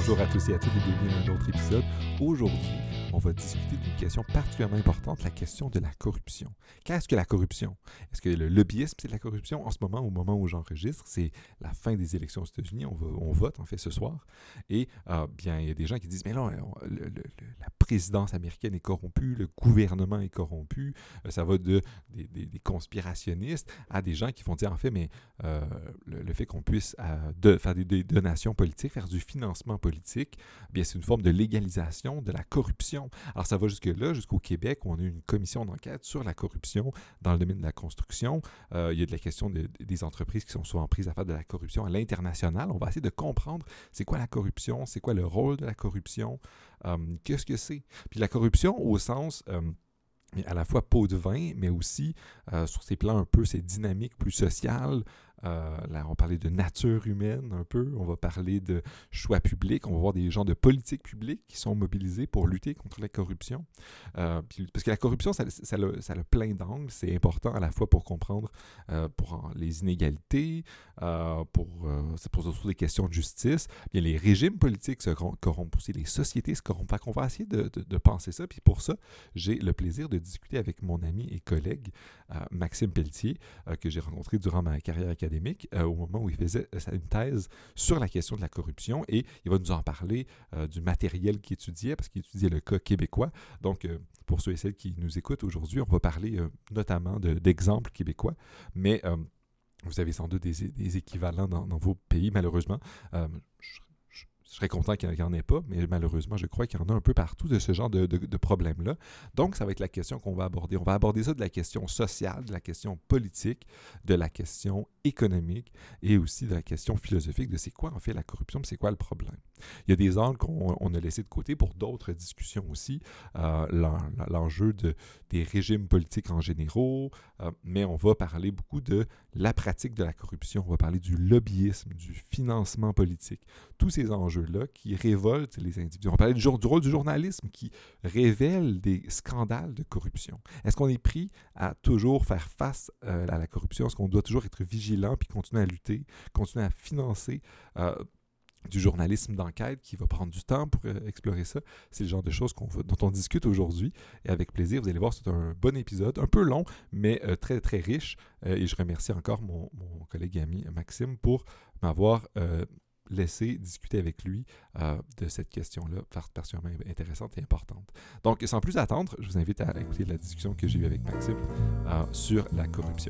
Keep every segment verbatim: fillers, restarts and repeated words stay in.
Bonjour à tous et à toutes et bienvenue à un autre épisode. Aujourd'hui, on va discuter d'une question particulièrement importante, la question de la corruption. Qu'est-ce que la corruption? Est-ce que le lobbyisme, c'est de la corruption? En ce moment, au moment où j'enregistre, c'est la fin des élections aux États-Unis. On, va, on vote, en fait, ce soir. Et euh, bien, il y a des gens qui disent, mais là, on, le, le, la présidence américaine est corrompue, le gouvernement est corrompu. Euh, ça va de, des, des, des conspirationnistes à des gens qui vont dire, en fait, mais euh, le, le fait qu'on puisse euh, de, faire des, des donations politiques, faire du financement politique, bien, c'est une forme de légalisation de la corruption. Alors, ça va jusque-là, jusqu'au Québec, où on a une commission d'enquête sur la corruption dans le domaine de la construction. Euh, il y a de la question de, des entreprises qui sont souvent prises à faire de la corruption à l'international. On va essayer de comprendre c'est quoi la corruption, c'est quoi le rôle de la corruption, euh, qu'est-ce que c'est. Puis la corruption au sens... Euh, à la fois pot de vin, mais aussi euh, sur ces plans un peu, ces dynamiques plus sociales. Euh, là, on parlait de nature humaine un peu, on va parler de choix publics, on va voir des gens de politique publique qui sont mobilisés pour lutter contre la corruption. Euh, puis, parce que la corruption, ça, ça, a, ça a plein d'angles, c'est important à la fois pour comprendre euh, pour les inégalités, euh, pour, euh, c'est pour surtout des questions de justice. Bien, les régimes politiques se corrompent aussi, les sociétés se corrompent. Fait qu'on va essayer de, de, de penser ça, puis pour ça, j'ai le plaisir de discuter avec mon ami et collègue euh, Maxime Pelletier, euh, que j'ai rencontré durant ma carrière académique, euh, au moment où il faisait euh, une thèse sur la question de la corruption, et il va nous en parler euh, du matériel qu'il étudiait, parce qu'il étudiait le cas québécois. Donc, euh, pour ceux et celles qui nous écoutent aujourd'hui, on va parler euh, notamment de, d'exemples québécois, mais euh, vous avez sans doute des, des équivalents dans, dans vos pays, malheureusement. Euh, je, Je serais content qu'il n'y en ait pas, mais malheureusement, je crois qu'il y en a un peu partout de ce genre de, de, de problèmes-là. Donc, ça va être la question qu'on va aborder. On va aborder ça de la question sociale, de la question politique, de la question économique et aussi de la question philosophique de c'est quoi en fait la corruption, c'est quoi le problème. Il y a des angles qu'on on a laissés de côté pour d'autres discussions aussi, euh, l'en, l'enjeu de, des régimes politiques en généraux, euh, mais on va parler beaucoup de la pratique de la corruption, on va parler du lobbyisme, du financement politique, tous ces enjeux-là qui révoltent les individus. On va parler du, du rôle du journalisme qui révèle des scandales de corruption. Est-ce qu'on est pris à toujours faire face euh, à la corruption? Est-ce qu'on doit toujours être vigilant puis continuer à lutter, continuer à financer euh, du journalisme d'enquête qui va prendre du temps pour euh, explorer ça? C'est le genre de choses qu'on va, dont on discute aujourd'hui et avec plaisir. Vous allez voir, c'est un bon épisode, un peu long, mais euh, très, très riche. Euh, et je remercie encore mon, mon collègue et ami Maxime pour m'avoir euh, laisser discuter avec lui euh, de cette question-là, particulièrement intéressante et importante. Donc, sans plus attendre, je vous invite à écouter la discussion que j'ai eue avec Maxime euh, sur la corruption.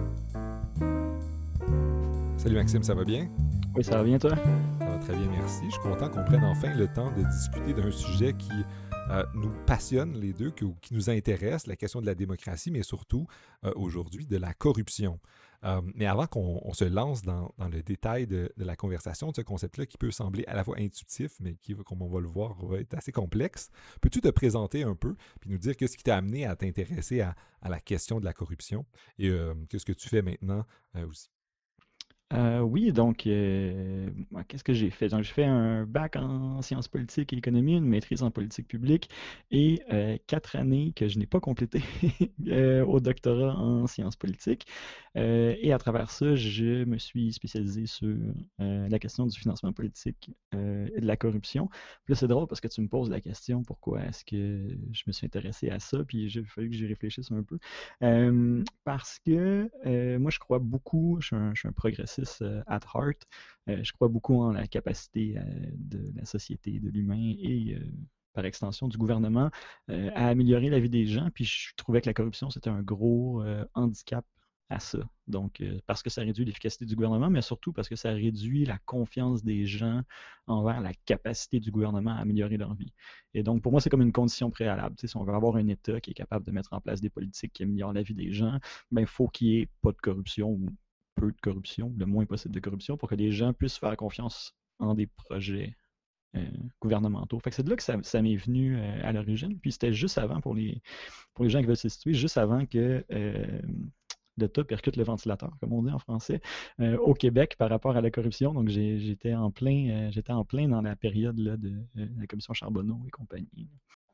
Salut Maxime, ça va bien? Oui, ça va bien toi? Ça va très bien, merci. Je suis content qu'on prenne enfin le temps de discuter d'un sujet qui euh, nous passionne les deux, qui, qui nous intéresse, la question de la démocratie, mais surtout euh, aujourd'hui de la corruption. Euh, mais avant qu'on on se lance dans, dans le détail de, de la conversation de ce concept-là qui peut sembler à la fois intuitif, mais qui, comme on va le voir, va être assez complexe, peux-tu te présenter un peu puis nous dire qu'est-ce qui t'a amené à t'intéresser à, à la question de la corruption et euh, qu'est-ce que tu fais maintenant euh, aussi? Euh, oui, donc, euh, moi, qu'est-ce que j'ai fait? Donc, j'ai fait un bac en sciences politiques et économie, une maîtrise en politique publique et euh, quatre années que je n'ai pas complétées euh, au doctorat en sciences politiques. Euh, et à travers ça, je me suis spécialisé sur euh, la question du financement politique euh, et de la corruption. Puis là, c'est drôle parce que tu me poses la question pourquoi est-ce que je me suis intéressé à ça, puis il a fallu que j'y réfléchisse un peu. Euh, parce que euh, moi, je crois beaucoup, je suis un, je suis un progressiste euh, at heart. Euh, je crois beaucoup en la capacité euh, de la société, de l'humain et euh, par extension du gouvernement euh, à améliorer la vie des gens. Puis je trouvais que la corruption, c'était un gros euh, handicap à ça. Donc, euh, parce que ça réduit l'efficacité du gouvernement, mais surtout parce que ça réduit la confiance des gens envers la capacité du gouvernement à améliorer leur vie. Et donc, pour moi, c'est comme une condition préalable. Tu sais, si on veut avoir un État qui est capable de mettre en place des politiques qui améliorent la vie des gens, ben, il faut qu'il n'y ait pas de corruption ou peu de corruption, le moins possible de corruption, pour que les gens puissent faire confiance en des projets euh, gouvernementaux. Fait que c'est de là que ça, ça m'est venu euh, à l'origine. Puis c'était juste avant, pour les, pour les gens qui veulent se situer, juste avant que euh, le tas percute le ventilateur, comme on dit en français, euh, au Québec par rapport à la corruption. Donc j'ai, j'étais en plein, euh, j'étais en plein dans la période là, de euh, la commission Charbonneau et compagnie.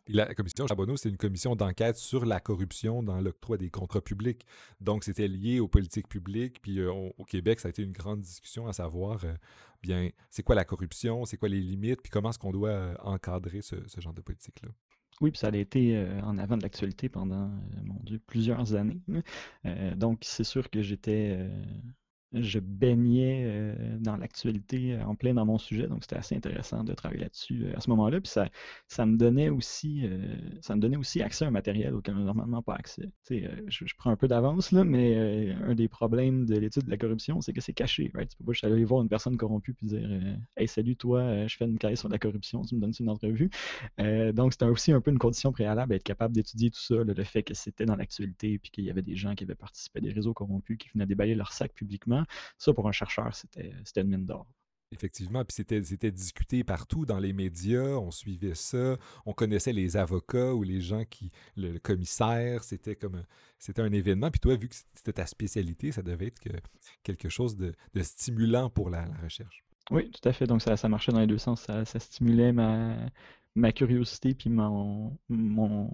Puis la commission Charbonneau, c'est une commission d'enquête sur la corruption dans l'octroi des contrats publics. Donc, c'était lié aux politiques publiques. Puis euh, on- au Québec, ça a été une grande discussion à savoir, euh, bien, c'est quoi la corruption, c'est quoi les limites, puis comment est-ce qu'on doit euh, encadrer ce, ce genre de politique-là. Oui, puis ça a été euh, en avant de l'actualité pendant, euh, mon Dieu, plusieurs années, là. Euh, donc, c'est sûr que j'étais, euh, je baignais euh, dans l'actualité euh, en plein dans mon sujet, donc c'était assez intéressant de travailler là-dessus euh, à ce moment-là. Puis ça, ça me donnait aussi, euh, ça me donnait aussi accès à un matériel auquel on n'a normalement pas accès. Tu sais, euh, je, je prends un peu d'avance là, mais euh, un des problèmes de l'étude de la corruption, c'est que c'est caché, right? Tu peux pas juste aller voir une personne corrompue puis dire, euh, hey, salut toi, euh, je fais une carrière sur la corruption, tu me donnes une entrevue. Euh, donc, c'était aussi un peu une condition préalable, être capable d'étudier tout ça, là, le fait que c'était dans l'actualité, puis qu'il y avait des gens qui avaient participé à des réseaux corrompus, qui venaient déballer leur sac publiquement. Ça, pour un chercheur, c'était c'était une mine d'or. Effectivement, puis c'était, c'était discuté partout dans les médias, on suivait ça, on connaissait les avocats ou les gens qui, le, le commissaire, c'était comme un, c'était un événement. Puis toi, vu que c'était ta spécialité, ça devait être que, quelque chose de, de stimulant pour la, la recherche. Oui, tout à fait. Donc, ça, ça marchait dans les deux sens. Ça, ça stimulait ma, ma curiosité, puis mon, mon,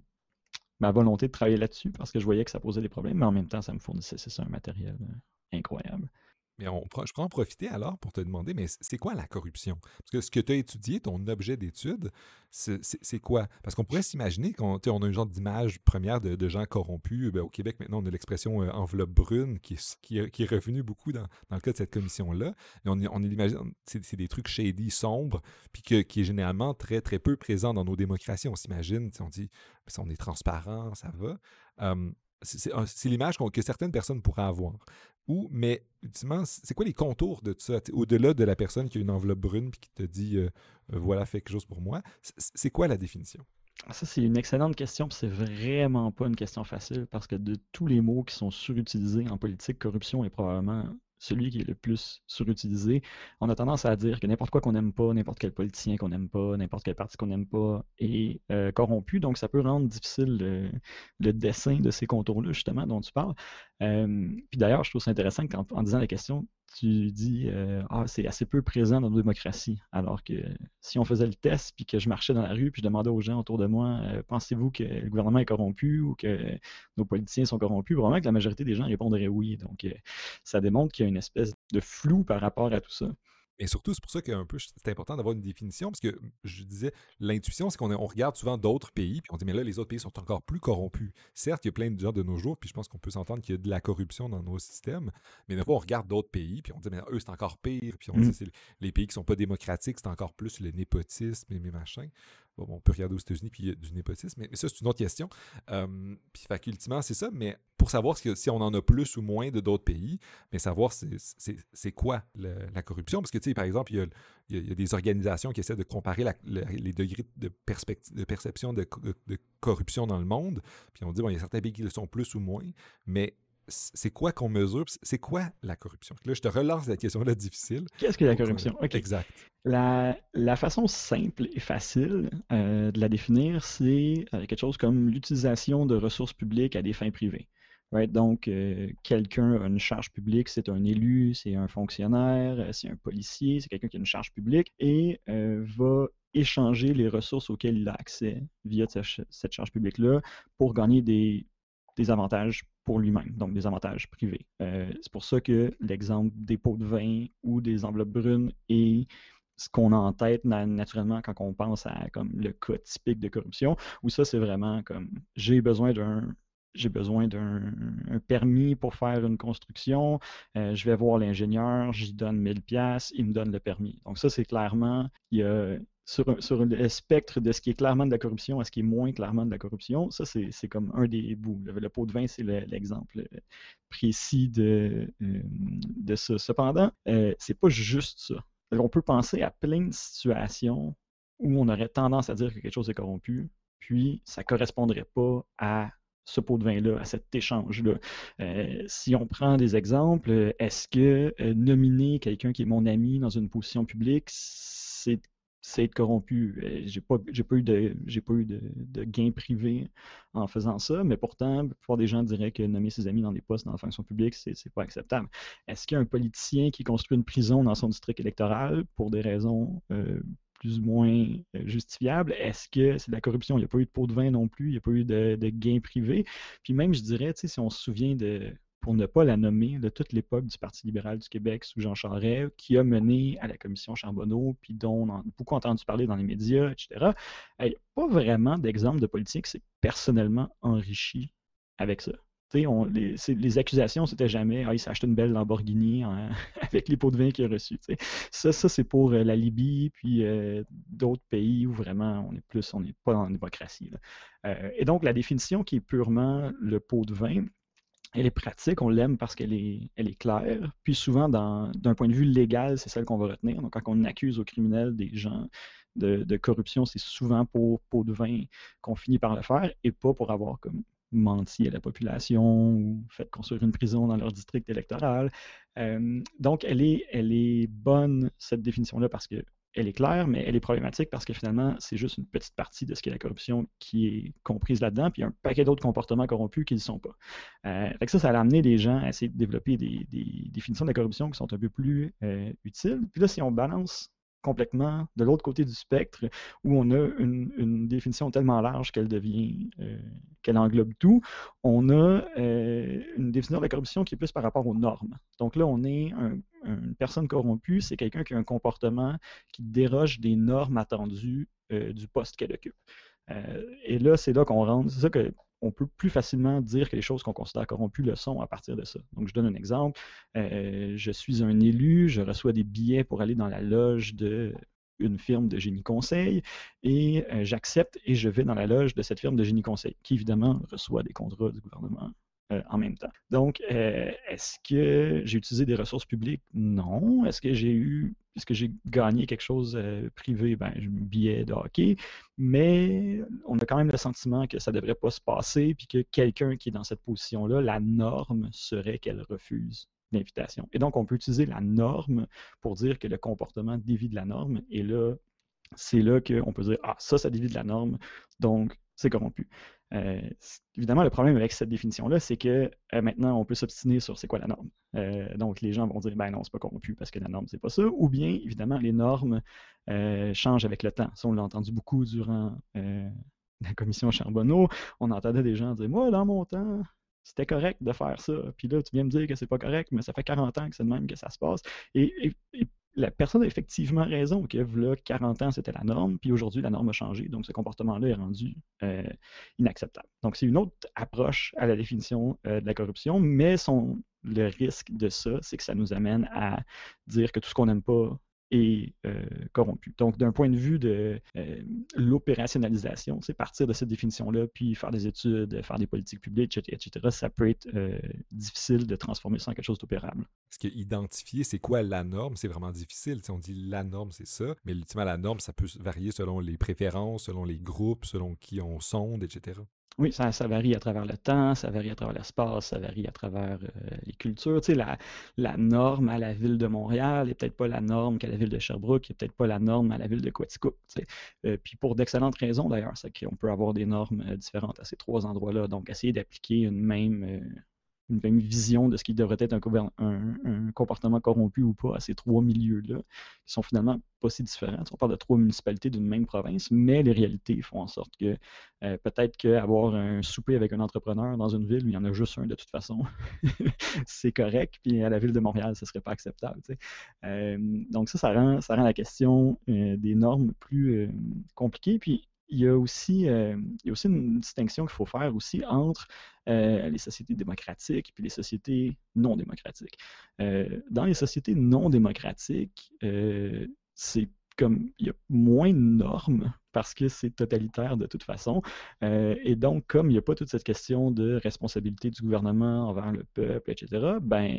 ma volonté de travailler là-dessus, parce que je voyais que ça posait des problèmes, mais en même temps, ça me fournissait, c'est ça, un matériel euh, incroyable. Mais on, je pourrais en profiter alors pour te demander, mais c'est quoi la corruption? Parce que ce que tu as étudié, ton objet d'étude, c'est c'est- c'est quoi? Parce qu'on pourrait s'imaginer qu'on tu sais, on a une genre d'image première de, de gens corrompus. Ben, au Québec, maintenant, on a l'expression euh, enveloppe brune qui, est- qui, est- qui est revenue beaucoup dans, dans le cas de cette commission-là. Et on, est- on est l'imagine- c'est c'est des trucs shady, sombres, puis que- qui est généralement très, très peu présent dans nos démocraties. On s'imagine, tu sais, on dit, ben, si on est transparent, ça va. Euh, c'est c'est un- c'est l'image qu'on- que certaines personnes pourraient avoir. Ou, mais ultimement, c'est quoi les contours de ça? T'sais, au-delà de la personne qui a une enveloppe brune puis qui te dit euh, euh, voilà, fais quelque chose pour moi, c- c'est quoi la définition? Ça, c'est une excellente question, puis c'est vraiment pas une question facile, parce que de tous les mots qui sont surutilisés en politique, corruption est probablement celui qui est le plus surutilisé. On a tendance à dire que n'importe quoi qu'on n'aime pas, n'importe quel politicien qu'on n'aime pas, n'importe quel parti qu'on n'aime pas est euh, corrompu, donc ça peut rendre difficile le, le dessin de ces contours-là, justement, dont tu parles. Euh, puis d'ailleurs, je trouve ça intéressant qu'en en disant la question, tu dis euh, ah, c'est assez peu présent dans nos démocraties. Alors que si on faisait le test, puis que je marchais dans la rue, puis je demandais aux gens autour de moi, euh, pensez-vous que le gouvernement est corrompu ou que nos politiciens sont corrompus, probablement que la majorité des gens répondraient oui. Donc, euh, ça démontre qu'il y a une espèce de flou par rapport à tout ça. Et surtout, c'est pour ça que un peu, c'est important d'avoir une définition, parce que je disais, l'intuition, c'est qu'on on regarde souvent d'autres pays, puis on dit, mais là, les autres pays sont encore plus corrompus. Certes, il y a plein de gens de nos jours, puis je pense qu'on peut s'entendre qu'il y a de la corruption dans nos systèmes, mais des fois, on regarde d'autres pays, puis on dit, mais eux, c'est encore pire, puis on Mm. dit, c'est les pays qui sont pas démocratiques, c'est encore plus le népotisme et mes machins. Bon, on peut regarder aux États-Unis, puis il y a du népotisme, mais, mais ça, c'est une autre question. Euh, puis, fait qu'ultimement, c'est ça, mais pour savoir si, si on en a plus ou moins de d'autres pays, mais savoir c'est, c'est, c'est quoi le, la corruption. Parce que, tu sais, par exemple, il y, a, il, y a, il y a des organisations qui essaient de comparer la, le, les degrés de, de perception de, de, de, corruption dans le monde. Puis on dit, bon, il y a certains pays qui le sont plus ou moins, mais c'est quoi qu'on mesure? C'est quoi la corruption? Là, je te relance la question-là difficile. Qu'est-ce que la Donc, corruption? OK. Exact. La, la façon simple et facile euh, de la définir, c'est euh, quelque chose comme l'utilisation de ressources publiques à des fins privées. Right? Donc, euh, quelqu'un a une charge publique, c'est un élu, c'est un fonctionnaire, c'est un policier, c'est quelqu'un qui a une charge publique et euh, va échanger les ressources auxquelles il a accès via cette charge publique-là pour gagner des, des avantages pour lui-même, donc des avantages privés. Euh, c'est pour ça que l'exemple des pots de vin ou des enveloppes brunes est ce qu'on a en tête naturellement quand on pense à comme le cas typique de corruption, où ça c'est vraiment comme j'ai besoin d'un j'ai besoin d'un permis pour faire une construction, euh, je vais voir l'ingénieur, j'y donne mille pièces, il me donne le permis. Donc ça c'est clairement il y a sur, sur le spectre de ce qui est clairement de la corruption à ce qui est moins clairement de la corruption, ça c'est comme un des bouts. Le, le pot de vin c'est l'exemple précis de, euh, de ça. Cependant, euh, c'est pas juste ça. On peut penser à plein de situations où on aurait tendance à dire que quelque chose est corrompu, puis ça ne correspondrait pas à ce pot de vin-là, à cet échange-là. Euh, si on prend des exemples, est-ce que euh, nominer quelqu'un qui est mon ami dans une position publique, c'est c'est être corrompu. Euh, j'ai pas, j'ai pas eu de, j'ai pas eu de, de gain privé en faisant ça, mais pourtant, la plupart des gens diraient que nommer ses amis dans des postes dans la fonction publique, c'est, c'est pas acceptable. Est-ce qu'il y a un politicien qui construit une prison dans son district électoral pour des raisons euh, plus ou moins euh, justifiable. Est-ce que c'est de la corruption? Il n'y a pas eu de pot de vin non plus, il n'y a pas eu de, de gains privés. Puis même, je dirais, tu sais, si on se souvient de, pour ne pas la nommer, de toute l'époque du Parti libéral du Québec sous Jean Charest, qui a mené à la commission Charbonneau, puis dont on a beaucoup entendu parler dans les médias, et cetera, il n'y a pas vraiment d'exemple de politique qui s'est personnellement enrichi avec ça. On, les, les accusations, c'était jamais ah, il s'est acheté une belle Lamborghini hein, avec les pots de vin qu'il a reçus. T'sais. Ça, ça c'est pour euh, la Libye, puis euh, d'autres pays où vraiment on est plus, on n'est pas en démocratie. Euh, et donc, la définition qui est purement le pot de vin, elle est pratique, on l'aime parce qu'elle est, elle est claire. Puis souvent, d'un point de vue légal, c'est celle qu'on va retenir. Donc, quand on accuse aux criminels des gens de, de corruption, c'est souvent pour pot de vin qu'on finit par le faire et pas pour avoir comme menti à la population ou fait construire une prison dans leur district électoral. Euh, donc, elle est, elle est bonne, cette définition-là, parce que elle est claire, mais elle est problématique parce que finalement, c'est juste une petite partie de ce qu'est la corruption qui est comprise là-dedans, puis il y a un paquet d'autres comportements corrompus qui ne le sont pas. Euh, fait que ça, ça a amené les gens à essayer de développer des, des définitions de la corruption qui sont un peu plus euh, utiles. Puis là, si on balance complètement de l'autre côté du spectre, où on a une, une définition tellement large qu'elle devient, euh, qu'elle englobe tout, on a euh, une définition de la corruption qui est plus par rapport aux normes. Donc là, on est un, une personne corrompue, c'est quelqu'un qui a un comportement qui déroge des normes attendues euh, du poste qu'elle occupe. Euh, et là, c'est là qu'on rentre, c'est ça que on peut plus facilement dire que les choses qu'on considère corrompues le sont à partir de ça. Donc, je donne un exemple. Euh, je suis un élu, je reçois des billets pour aller dans la loge d'une firme de génie conseil et euh, j'accepte et je vais dans la loge de cette firme de génie conseil, qui évidemment reçoit des contrats du gouvernement euh, en même temps. Donc, euh, est-ce que j'ai utilisé des ressources publiques? Non. Est-ce que j'ai eu Est-ce que j'ai gagné quelque chose euh, privé? Ben, un billet de hockey. Mais on a quand même le sentiment que ça ne devrait pas se passer, puis que quelqu'un qui est dans cette position-là, la norme serait qu'elle refuse l'invitation. Et donc, on peut utiliser la norme pour dire que le comportement dévie de la norme. Et là, c'est là qu'on peut dire, ah, ça, ça dévie de la norme, donc c'est corrompu. Euh, évidemment, le problème avec cette définition-là, c'est que euh, maintenant, on peut s'obstiner sur c'est quoi la norme. Euh, donc, les gens vont dire, ben non, c'est pas corrompu parce que la norme, c'est pas ça. Ou bien, évidemment, les normes euh, changent avec le temps. Ça, on l'a entendu beaucoup durant euh, la commission Charbonneau. On entendait des gens dire, moi, dans mon temps, c'était correct de faire ça. Puis là, tu viens me dire que c'est pas correct, mais ça fait quarante ans que c'est de même que ça se passe. Et, et, et la personne a effectivement raison que là, quarante ans, c'était la norme, puis aujourd'hui, la norme a changé, donc ce comportement-là est rendu euh, inacceptable. Donc, c'est une autre approche à la définition euh, de la corruption, mais son, le risque de ça, c'est que ça nous amène à dire que tout ce qu'on n'aime pas est euh, corrompu. Donc, d'un point de vue de euh, l'opérationnalisation, c'est partir de cette définition-là, puis faire des études, faire des politiques publiques, et cetera, ça peut être euh, difficile de transformer ça en quelque chose d'opérable. Parce que identifier c'est quoi la norme, c'est vraiment difficile. T'sais, on dit la norme, c'est ça, mais ultimement, la norme, ça peut varier selon les préférences, selon les groupes, selon qui on sonde, et cetera. Oui, ça, ça varie à travers le temps, ça varie à travers l'espace, ça varie à travers euh, les cultures. Tu sais, la, la norme à la ville de Montréal n'est peut-être pas la norme qu'à la ville de Sherbrooke, n'est peut-être pas la norme à la ville de Quaticook. Tu sais. Euh, puis pour d'excellentes raisons d'ailleurs, c'est qu'on peut avoir des normes euh, différentes à ces trois endroits-là. Donc, essayer d'appliquer une même, euh, une même vision de ce qui devrait être un, un, un comportement corrompu ou pas à ces trois milieux-là, qui sont finalement pas si différents. On parle de trois municipalités d'une même province, mais les réalités font en sorte que euh, peut-être qu'avoir un souper avec un entrepreneur dans une ville où il y en a juste un de toute façon, c'est correct, puis à la ville de Montréal, ce ne serait pas acceptable. Euh, donc ça, ça rend, ça rend la question euh, des normes plus euh, compliquée. Puis il y a aussi, euh, il y a aussi une distinction qu'il faut faire aussi entre euh, les sociétés démocratiques et les sociétés non démocratiques. Euh, dans les sociétés non démocratiques, euh, c'est comme il y a moins de normes parce que c'est totalitaire de toute façon. Euh, et donc, comme il n'y a pas toute cette question de responsabilité du gouvernement envers le peuple, et cetera, ben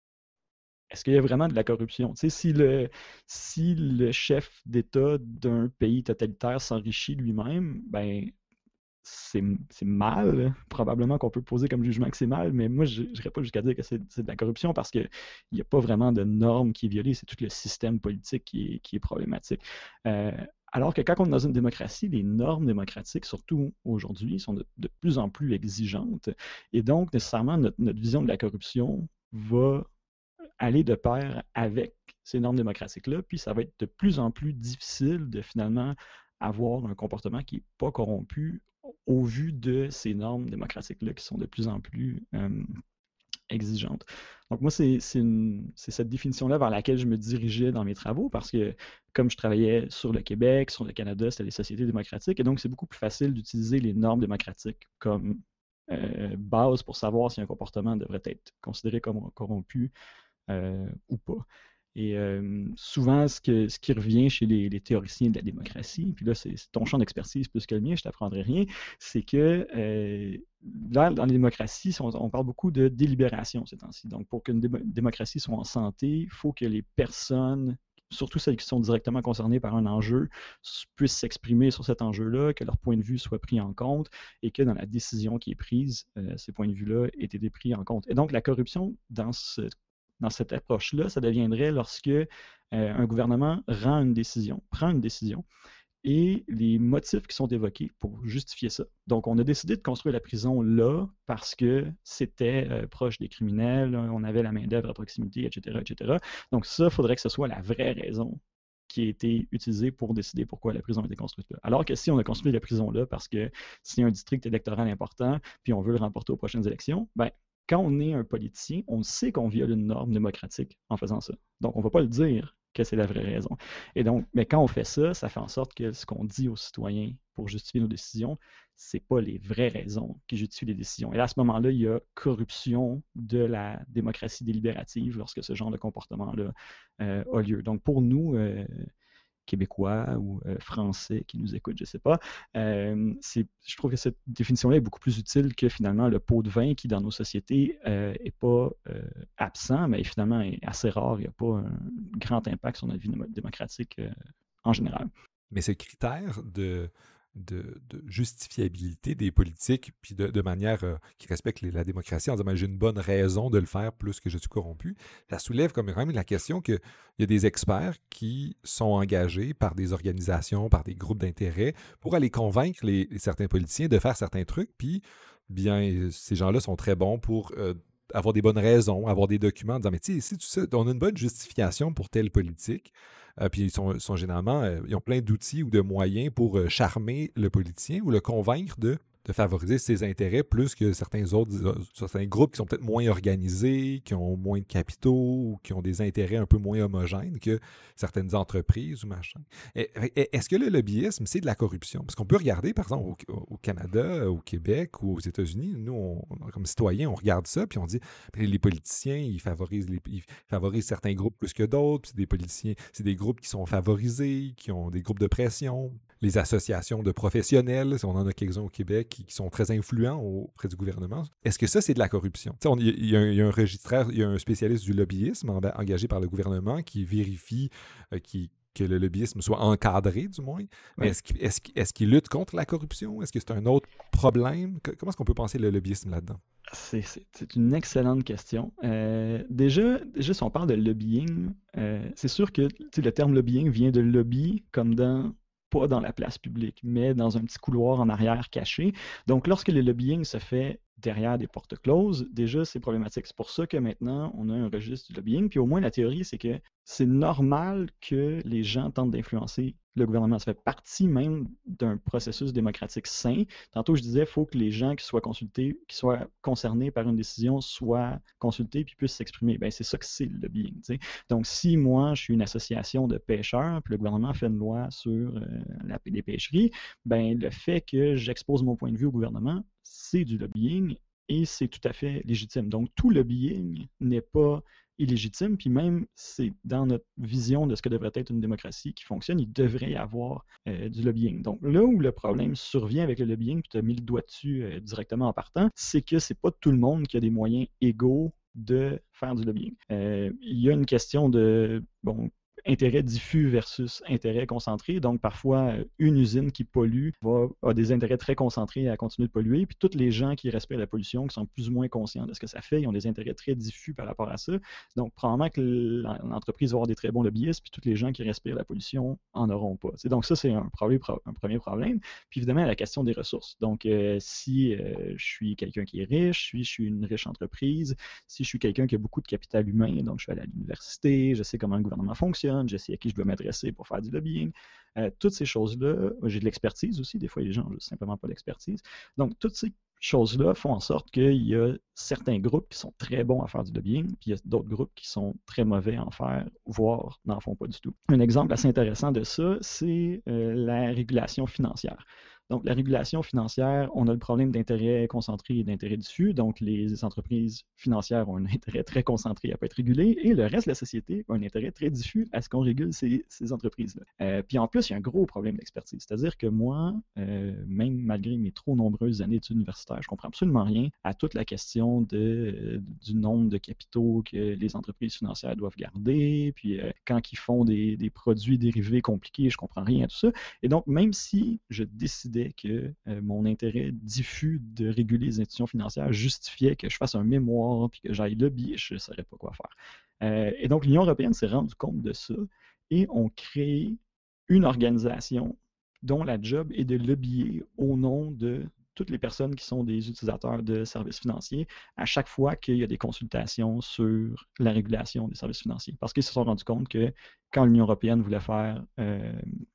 est-ce qu'il y a vraiment de la corruption? Tu sais, si le, si le chef d'État d'un pays totalitaire s'enrichit lui-même, ben c'est, c'est mal. Probablement qu'on peut poser comme jugement que c'est mal, mais moi, je n'irais pas jusqu'à dire que c'est, c'est de la corruption parce qu'il n'y a pas vraiment de normes qui est violée, c'est tout le système politique qui est, qui est problématique. Euh, alors que quand on est dans une démocratie, les normes démocratiques, surtout aujourd'hui, sont de, de plus en plus exigeantes. Et donc, nécessairement, notre, notre vision de la corruption va aller de pair avec ces normes démocratiques-là, puis ça va être de plus en plus difficile de finalement avoir un comportement qui n'est pas corrompu au vu de ces normes démocratiques-là qui sont de plus en plus euh, exigeantes. Donc moi, c'est, c'est, une, c'est cette définition-là vers laquelle je me dirigeais dans mes travaux parce que comme je travaillais sur le Québec, sur le Canada, c'était les sociétés démocratiques et donc c'est beaucoup plus facile d'utiliser les normes démocratiques comme euh, base pour savoir si un comportement devrait être considéré comme corrompu euh, ou pas. Et euh, souvent, ce, que, ce qui revient chez les, les théoriciens de la démocratie, puis là, c'est, c'est ton champ d'expertise plus que le mien, je t'apprendrai rien, c'est que euh, là, dans les démocraties, on, on parle beaucoup de délibération ces temps-ci. Donc, pour qu'une dé- démocratie soit en santé, il faut que les personnes, surtout celles qui sont directement concernées par un enjeu, puissent s'exprimer sur cet enjeu-là, que leur point de vue soit pris en compte et que dans la décision qui est prise, euh, ces points de vue-là aient été pris en compte. Et donc, la corruption, dans ce Dans cette approche-là, ça deviendrait lorsque euh, un gouvernement rend une décision, prend une décision, et les motifs qui sont évoqués pour justifier ça. Donc, on a décidé de construire la prison là parce que c'était euh, proche des criminels, on avait la main-d'œuvre à proximité, et cetera, et cetera. Donc, ça, il faudrait que ce soit la vraie raison qui a été utilisée pour décider pourquoi la prison a été construite là. Alors que si on a construit la prison là parce que c'est un district électoral important, puis on veut le remporter aux prochaines élections, ben quand on est un politicien, on sait qu'on viole une norme démocratique en faisant ça. Donc, on ne va pas le dire que c'est la vraie raison. Et donc, mais quand on fait ça, ça fait en sorte que ce qu'on dit aux citoyens pour justifier nos décisions, c'est pas les vraies raisons qui justifient les décisions. Et là, à ce moment-là, il y a corruption de la démocratie délibérative lorsque ce genre de comportement-là euh, a lieu. Donc, pour nous, euh, Québécois ou euh, Français qui nous écoutent, je ne sais pas. Euh, c'est, je trouve que cette définition-là est beaucoup plus utile que finalement le pot de vin qui, dans nos sociétés, n'est euh, pas euh, absent, mais finalement est assez rare. Il n'y a pas un grand impact sur notre vie démocratique euh, en général. Mais ce critère de, de, de justifiabilité des politiques, puis de, de manière euh, qui respecte les, la démocratie, en disant ben, j'ai une bonne raison de le faire plus que je suis corrompu, ça soulève comme quand même la question qu'il y a des experts qui sont engagés par des organisations, par des groupes d'intérêt pour aller convaincre les, les certains politiciens de faire certains trucs, puis bien ces gens-là sont très bons pour euh, avoir des bonnes raisons, avoir des documents en disant mais tu sais, si tu sais, on a une bonne justification pour telle politique. Euh, puis ils sont, sont généralement, euh, ils ont plein d'outils ou de moyens pour euh, charmer le politicien ou le convaincre de, de favoriser ses intérêts plus que certains autres, euh, certains groupes qui sont peut-être moins organisés, qui ont moins de capitaux ou qui ont des intérêts un peu moins homogènes que certaines entreprises ou machin. Et, et, est-ce que le lobbyisme, c'est de la corruption? Parce qu'on peut regarder, par exemple, au, au Canada, au Québec ou aux États-Unis, nous, on, comme citoyens, on regarde ça puis on dit les politiciens, ils favorisent, les, ils favorisent certains groupes plus que d'autres, puis des politiciens, c'est des groupes qui sont favorisés, qui ont des groupes de pression, les associations de professionnels, on en a quelques-uns au Québec qui, qui sont très influents auprès du gouvernement. Est-ce que ça, c'est de la corruption? Il y, y, y a un registraire, il y a un spécialiste du lobbyisme en, engagé par le gouvernement qui vérifie euh, qui, que le lobbyisme soit encadré, du moins. Mais ouais. est-ce, qu'il, est-ce, est-ce qu'il lutte contre la corruption? Est-ce que c'est un autre problème? Comment est-ce qu'on peut penser le lobbyisme là-dedans? C'est, c'est, c'est une excellente question. Euh, déjà, déjà, si on parle de lobbying, euh, c'est sûr que le terme lobbying vient de lobby comme dans, pas dans la place publique, mais dans un petit couloir en arrière caché. Donc, lorsque le lobbying se fait derrière des portes closes, déjà, c'est problématique. C'est pour ça que maintenant, on a un registre du lobbying. Puis au moins, la théorie, c'est que c'est normal que les gens tentent d'influencer le gouvernement. Ça fait partie même d'un processus démocratique sain. Tantôt, je disais, il faut que les gens qui soient consultés, qui soient concernés par une décision, soient consultés puis puissent s'exprimer. Bien, c'est ça que c'est le lobbying. T'sais. Donc, si moi, je suis une association de pêcheurs, puis le gouvernement fait une loi sur euh, la, les pêcheries, bien, le fait que j'expose mon point de vue au gouvernement, c'est du lobbying et c'est tout à fait légitime. Donc, tout lobbying n'est pas illégitime, puis même, c'est dans notre vision de ce que devrait être une démocratie qui fonctionne, il devrait y avoir euh, du lobbying. Donc, là où le problème survient avec le lobbying, puis tu as mis le doigt dessus euh, directement en partant, c'est que c'est pas tout le monde qui a des moyens égaux de faire du lobbying. Euh, il y a une question de, bon, intérêt diffus versus intérêt concentré. Donc, parfois, une usine qui pollue va, a des intérêts très concentrés à continuer de polluer, puis tous les gens qui respirent la pollution, qui sont plus ou moins conscients de ce que ça fait, ils ont des intérêts très diffus par rapport à ça. Donc, probablement que l'entreprise va avoir des très bons lobbyistes, puis tous les gens qui respirent la pollution en auront pas. T'sais, donc, ça, c'est un, problème, un premier problème. Puis, évidemment, la question des ressources. Donc, euh, si euh, je suis quelqu'un qui est riche, si je suis une riche entreprise, si je suis quelqu'un qui a beaucoup de capital humain, donc je suis allé à l'université, je sais comment le gouvernement fonctionne, je sais à qui je dois m'adresser pour faire du lobbying. Euh, toutes ces choses-là, j'ai de l'expertise aussi, des fois les gens n'ont simplement pas d'expertise. Donc, toutes ces choses-là font en sorte qu'il y a certains groupes qui sont très bons à faire du lobbying, puis il y a d'autres groupes qui sont très mauvais à en faire, voire n'en font pas du tout. Un exemple assez intéressant de ça, c'est euh, la régulation financière. Donc, la régulation financière, on a le problème d'intérêt concentré et d'intérêt diffus. Donc, les entreprises financières ont un intérêt très concentré à ne pas être régulées et le reste de la société a un intérêt très diffus à ce qu'on régule ces, ces entreprises-là. Euh, puis en plus, il y a un gros problème d'expertise. C'est-à-dire que moi, euh, même malgré mes trop nombreuses années d'études universitaires, je ne comprends absolument rien à toute la question de, euh, du nombre de capitaux que les entreprises financières doivent garder. Puis euh, quand ils font des, des produits dérivés compliqués, je ne comprends rien à tout ça. Et donc, même si je décidais que euh, mon intérêt diffus de réguler les institutions financières justifiait que je fasse un mémoire puis que j'aille lobbyer, je ne saurais pas quoi faire. Euh, et donc, l'Union européenne s'est rendue compte de ça et ont créé une organisation dont la job est de lobbyer au nom de toutes les personnes qui sont des utilisateurs de services financiers à chaque fois qu'il y a des consultations sur la régulation des services financiers. Parce qu'ils se sont rendus compte que quand l'Union européenne voulait faire euh,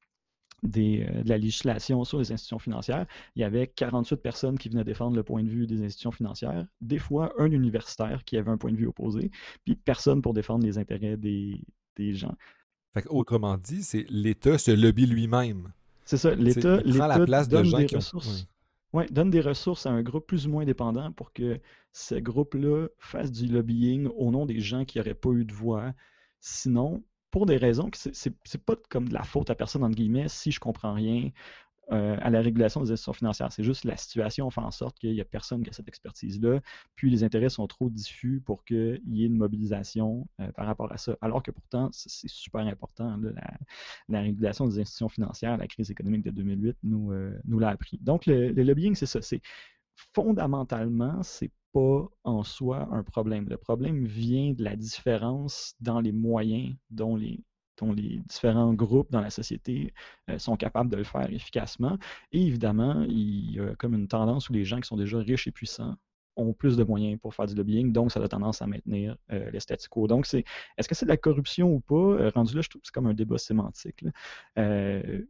Des, euh, de la législation sur les institutions financières, il y avait quarante-huit personnes qui venaient défendre le point de vue des institutions financières, des fois un universitaire qui avait un point de vue opposé, puis personne pour défendre les intérêts des, des gens. Fait autrement dit, c'est l'État se lobby lui-même. C'est ça, l'État, il prend la place donne de gens des qui ont... ressources. Oui. Ouais, donne des ressources à un groupe plus ou moins dépendant pour que ce groupe-là fasse du lobbying au nom des gens qui n'auraient pas eu de voix. Sinon, pour des raisons que c'est, c'est, c'est pas comme de la faute à personne, entre guillemets, si je comprends rien euh, à la régulation des institutions financières. C'est juste la situation fait en sorte qu'il n'y a personne qui a cette expertise-là, puis les intérêts sont trop diffus pour qu'il y ait une mobilisation euh, par rapport à ça. Alors que pourtant, c'est super important, là, la, la régulation des institutions financières, la crise économique de deux mille huit nous, euh, nous l'a appris. Donc, le, le lobbying, c'est ça. C'est fondamentalement, c'est pas en soi un problème. Le problème vient de la différence dans les moyens dont les, dont les différents groupes dans la société euh, sont capables de le faire efficacement. Et évidemment, il y a comme une tendance où les gens qui sont déjà riches et puissants ont plus de moyens pour faire du lobbying, donc ça a tendance à maintenir euh, le statu quo. Donc, c'est, est-ce que c'est de la corruption ou pas? Euh, rendu là, je trouve que c'est comme un débat sémantique. Là. Euh,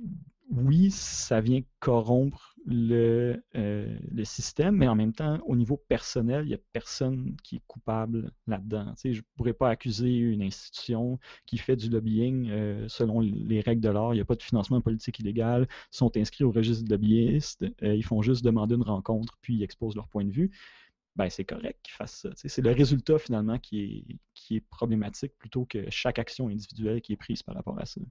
oui, ça vient corrompre le, euh, le système, mais en même temps, au niveau personnel, il n'y a personne qui est coupable là-dedans. Tu sais, je ne pourrais pas accuser une institution qui fait du lobbying euh, selon les règles de l'art. Il n'y a pas de financement politique illégal, ils sont inscrits au registre de lobbyistes, euh, ils font juste demander une rencontre, puis ils exposent leur point de vue. Ben, c'est correct qu'ils fassent ça. Tu sais, c'est le résultat finalement qui est, qui est problématique plutôt que chaque action individuelle qui est prise par rapport à ça.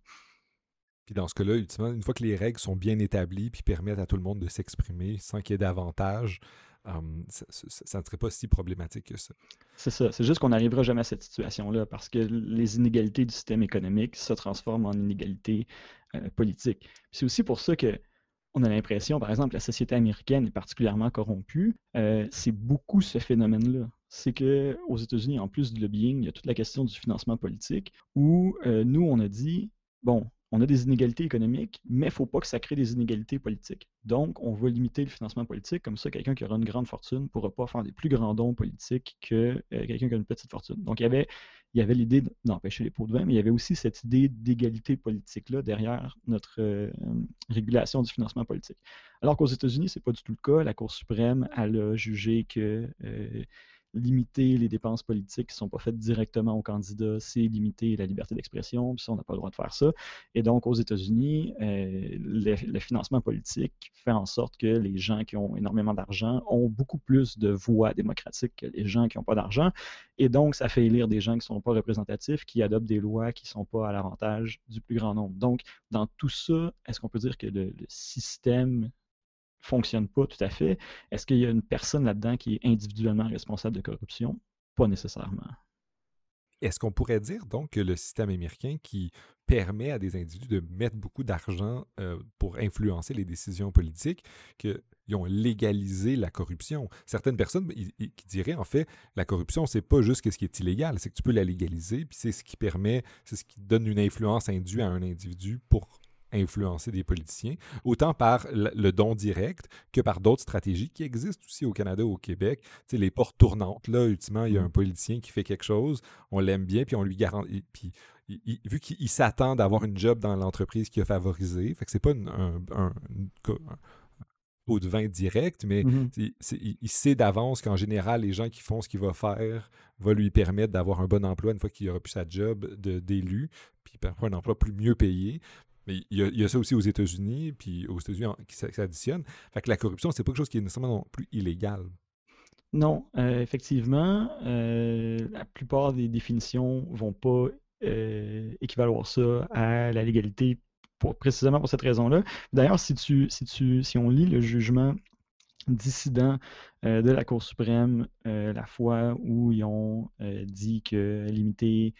Puis dans ce cas-là, ultimement, une fois que les règles sont bien établies puis permettent à tout le monde de s'exprimer sans qu'il y ait d'avantage, um, ça, ça, ça ne serait pas si problématique que ça. C'est ça. C'est juste qu'on n'arrivera jamais à cette situation-là parce que les inégalités du système économique se transforment en inégalités euh, politiques. Puis c'est aussi pour ça que on a l'impression, par exemple, que la société américaine est particulièrement corrompue. Euh, c'est beaucoup ce phénomène-là. C'est qu'aux États-Unis, en plus du lobbying, il y a toute la question du financement politique où euh, nous, on a dit, bon, on a des inégalités économiques, mais il ne faut pas que ça crée des inégalités politiques. Donc, on va limiter le financement politique. Comme ça, quelqu'un qui aura une grande fortune ne pourra pas faire des plus grands dons politiques que euh, quelqu'un qui a une petite fortune. Donc, il y avait, il y avait l'idée d'empêcher les pots de vin, mais il y avait aussi cette idée d'égalité politique-là derrière notre euh, régulation du financement politique. Alors qu'aux États-Unis, ce n'est pas du tout le cas. La Cour suprême, elle a jugé que euh, limiter les dépenses politiques qui ne sont pas faites directement aux candidats, c'est limiter la liberté d'expression, puis ça, on n'a pas le droit de faire ça. Et donc, aux États-Unis, euh, le, le financement politique fait en sorte que les gens qui ont énormément d'argent ont beaucoup plus de voix démocratiques que les gens qui n'ont pas d'argent. Et donc, ça fait élire des gens qui ne sont pas représentatifs, qui adoptent des lois qui ne sont pas à l'avantage du plus grand nombre. Donc, dans tout ça, est-ce qu'on peut dire que le, le système fonctionne pas tout à fait? Est-ce qu'il y a une personne là-dedans qui est individuellement responsable de corruption? Pas nécessairement. Est-ce qu'on pourrait dire donc que le système américain qui permet à des individus de mettre beaucoup d'argent euh, pour influencer les décisions politiques, qu'ils ont légalisé la corruption? Certaines personnes ils, ils, qui diraient en fait, la corruption, c'est pas juste ce qui est illégal, c'est que tu peux la légaliser, puis c'est ce qui permet, c'est ce qui donne une influence indue à un individu pour influencer des politiciens, autant par le don direct que par d'autres stratégies qui existent aussi au Canada ou au Québec. Tu sais, les portes tournantes, là, ultimement, il y a un politicien qui fait quelque chose, on l'aime bien, puis on lui garantit... Puis, il, il, vu qu'il s'attend d'avoir une job dans l'entreprise qu'il a favorisée, fait que c'est pas une, un, un, un, un pot de vin direct, mais Mm-hmm. c'est, c'est, il, il sait d'avance qu'en général, les gens qui font ce qu'il va faire vont lui permettre d'avoir un bon emploi une fois qu'il aura plus sa job de, d'élu, puis parfois un emploi plus mieux payé. Mais il y, a, il y a ça aussi aux États-Unis, puis aux États-Unis en, qui s'additionne. Fait que la corruption, c'est pas quelque chose qui est nécessairement non plus illégal. Non, euh, effectivement, euh, la plupart des définitions vont pas euh, équivaloir ça à la légalité pour, précisément pour cette raison-là. D'ailleurs, si tu, si tu, si on lit le jugement dissident euh, de la Cour suprême, euh, la fois où ils ont euh, dit que limiter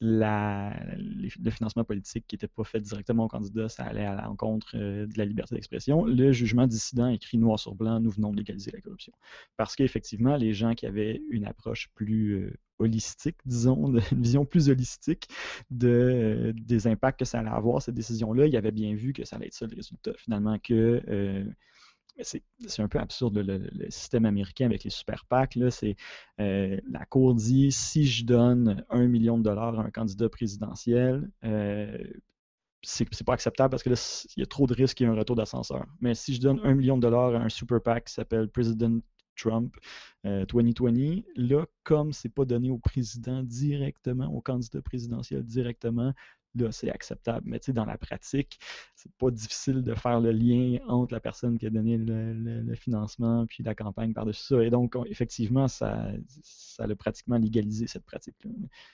la, les, le financement politique qui n'était pas fait directement au candidat, ça allait à l'encontre euh, de la liberté d'expression. Le jugement dissident écrit noir sur blanc, nous venons de légaliser la corruption. Parce qu'effectivement, les gens qui avaient une approche plus euh, holistique, disons, de, une vision plus holistique de, euh, des impacts que ça allait avoir, cette décision-là, ils avaient bien vu que ça allait être ça le résultat, finalement, que euh, c'est, c'est un peu absurde, le, le, le système américain avec les super PAC. Là, c'est, euh, la Cour dit, si je donne un million de dollars à un candidat présidentiel, euh, c'est, c'est pas acceptable parce que là, il y a trop de risques qu'il y ait un retour d'ascenseur. Mais si je donne un million de dollars à un super PAC qui s'appelle President Trump euh, deux mille vingt, là, comme c'est pas donné au président directement, au candidat présidentiel directement, là, c'est acceptable. Mais tu sais, dans la pratique, c'est pas difficile de faire le lien entre la personne qui a donné le, le, le financement puis la campagne par-dessus ça. Et donc, on, effectivement, ça, ça a pratiquement légalisé cette pratique-là.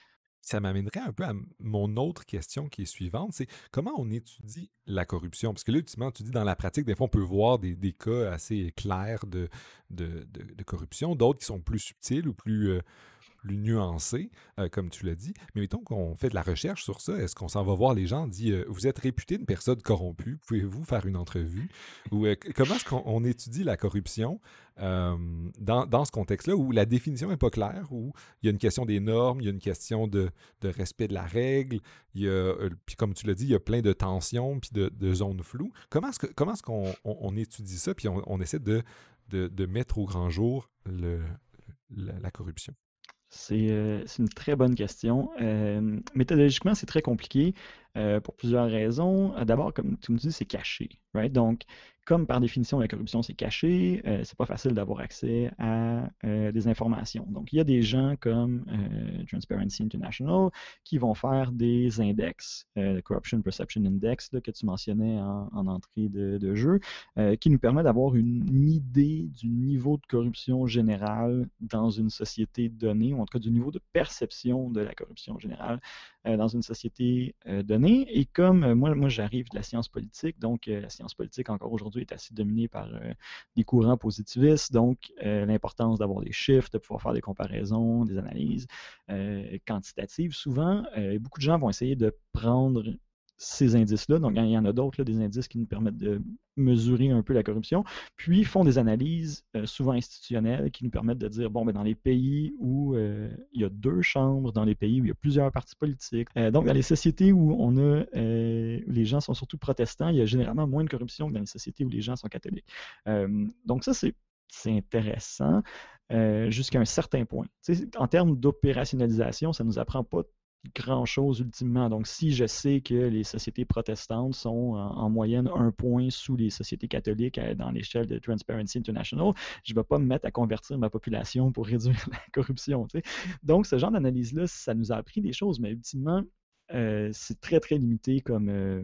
Ça m'amènerait un peu à mon autre question qui est suivante, c'est comment on étudie la corruption? Parce que là, ultimement, tu dis dans la pratique, des fois, on peut voir des, des cas assez clairs de, de, de, de corruption, d'autres qui sont plus subtils ou plus... Euh, plus nuancé, euh, comme tu l'as dit. Mais mettons qu'on fait de la recherche sur ça, est-ce qu'on s'en va voir les gens, on dit euh, vous êtes réputé une personne corrompue, pouvez-vous faire une entrevue? Ou euh, comment est-ce qu'on étudie la corruption euh, dans, dans ce contexte-là où la définition n'est pas claire, où il y a une question des normes, il y a une question de, de respect de la règle, il y a, euh, puis comme tu l'as dit, il y a plein de tensions puis de, de zones floues. Comment est-ce, que, comment est-ce qu'on on, on étudie ça puis on, on essaie de, de, de mettre au grand jour le, la, la corruption? C'est, euh, c'est une très bonne question. Euh, méthodologiquement, c'est très compliqué euh, pour plusieurs raisons. D'abord, comme tu me dis, c'est caché, right? Donc, comme par définition, la corruption, c'est caché, euh, c'est pas facile d'avoir accès à euh, des informations. Donc, il y a des gens comme euh, Transparency International qui vont faire des index, euh, le Corruption Perception Index là, que tu mentionnais en, en entrée de, de jeu, euh, qui nous permet d'avoir une, une idée du niveau de corruption générale dans une société donnée, ou en tout cas du niveau de perception de la corruption générale euh, dans une société euh, donnée. Et comme euh, moi, moi j'arrive de la science politique, donc euh, la science politique encore aujourd'hui est assez dominée par euh, des courants positivistes, donc euh, l'importance d'avoir des chiffres, de pouvoir faire des comparaisons, des analyses euh, quantitatives. Souvent, euh, beaucoup de gens vont essayer de prendre ces indices-là, donc il y en a d'autres, là, des indices qui nous permettent de mesurer un peu la corruption, puis font des analyses euh, souvent institutionnelles qui nous permettent de dire, bon, ben, dans les pays où euh, il y a deux chambres, dans les pays où il y a plusieurs partis politiques, euh, donc dans les sociétés où on a, euh, où les gens sont surtout protestants, il y a généralement moins de corruption que dans les sociétés où les gens sont catholiques. Euh, donc ça, c'est, c'est intéressant euh, jusqu'à un certain point. T'sais, en termes d'opérationnalisation, ça ne nous apprend pas grand-chose ultimement. Donc, si je sais que les sociétés protestantes sont en, en moyenne un point sous les sociétés catholiques à, dans l'échelle de Transparency International, je ne vais pas me mettre à convertir ma population pour réduire la corruption. Tu sais. Donc, ce genre d'analyse-là, ça nous a appris des choses, mais ultimement, euh, c'est très, très limité comme... Euh,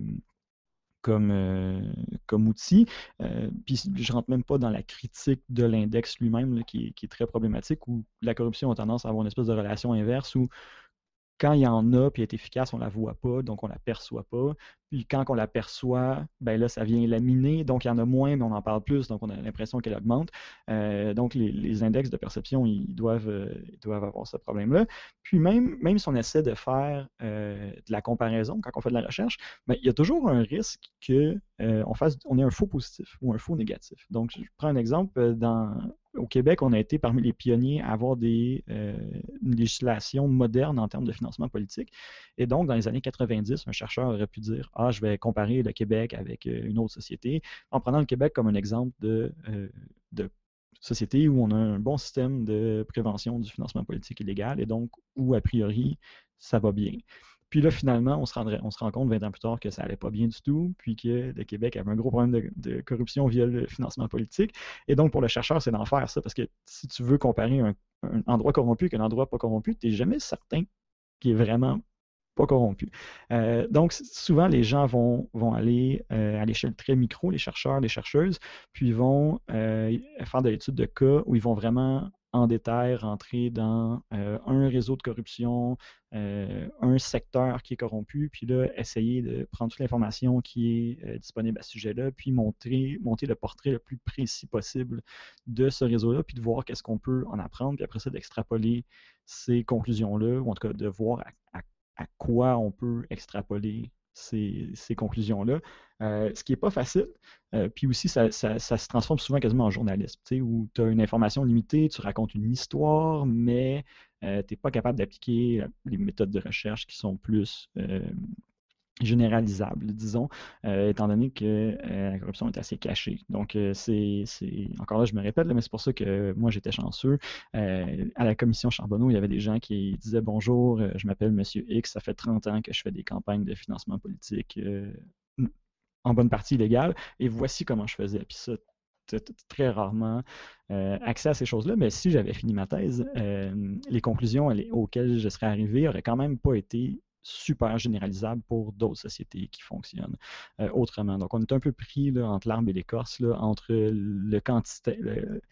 comme, euh, comme outil. Euh, puis je rentre même pas dans la critique de l'index lui-même, là, qui, qui est très problématique, où la corruption a tendance à avoir une espèce de relation inverse où quand il y en a, puis elle est efficace, on ne la voit pas, donc on ne la perçoit pas. Puis quand on la perçoit, ben là, ça vient laminer, donc il y en a moins, mais on en parle plus, donc on a l'impression qu'elle augmente. Euh, donc les, les index de perception, ils doivent, euh, ils doivent avoir ce problème-là. Puis même, même si on essaie de faire euh, de la comparaison, quand on fait de la recherche, ben, il y a toujours un risque que euh, on fasse, on ait un faux positif ou un faux négatif. Donc, je prends un exemple. Dans, au Québec, on a été parmi les pionniers à avoir des, euh, une législation moderne en termes de financement politique. Et donc, dans les années quatre-vingt-dix, un chercheur aurait pu dire, ah, je vais comparer le Québec avec euh, une autre société, en prenant le Québec comme un exemple de, euh, de société où on a un bon système de prévention du financement politique illégal et donc où, a priori, ça va bien. Puis là, finalement, on se, rendrait, on se rend compte vingt ans plus tard que ça allait pas bien du tout, puis que le Québec avait un gros problème de, de corruption via le financement politique. Et donc, pour le chercheur, c'est d'en faire ça, parce que si tu veux comparer un, un endroit corrompu avec un endroit pas corrompu, tu n'es jamais certain qu'il est vraiment pas corrompu. Euh, donc, souvent, les gens vont, vont aller euh, à l'échelle très micro, les chercheurs, les chercheuses, puis ils vont euh, faire de l'étude de cas où ils vont vraiment en détail rentrer dans euh, un réseau de corruption, euh, un secteur qui est corrompu, puis là, essayer de prendre toute l'information qui est euh, disponible à ce sujet-là, puis montrer, monter le portrait le plus précis possible de ce réseau-là, puis de voir qu'est-ce qu'on peut en apprendre, puis après ça, d'extrapoler ces conclusions-là, ou en tout cas de voir à, à à quoi on peut extrapoler ces, ces conclusions-là, euh, ce qui n'est pas facile. Euh, puis aussi, ça, ça, ça, se transforme souvent quasiment en journalisme, où tu as une information limitée, tu racontes une histoire, mais euh, tu n'es pas capable d'appliquer les méthodes de recherche qui sont plus euh, généralisable, disons, euh, étant donné que euh, la corruption est assez cachée. Donc, euh, c'est, c'est, encore là, je me répète, là, mais c'est pour ça que moi, j'étais chanceux. Euh, à la commission Charbonneau, il y avait des gens qui disaient bonjour, euh, je m'appelle Monsieur X, ça fait trente ans que je fais des campagnes de financement politique euh, en bonne partie illégales, et voici comment je faisais. Puis ça, très rarement euh, accès à ces choses-là, mais si j'avais fini ma thèse, euh, les conclusions auxquelles je serais arrivé n'auraient quand même pas été super généralisable pour d'autres sociétés qui fonctionnent euh, autrement. Donc, on est un peu pris là, entre l'arbre et l'écorce, là, entre le quantité, le,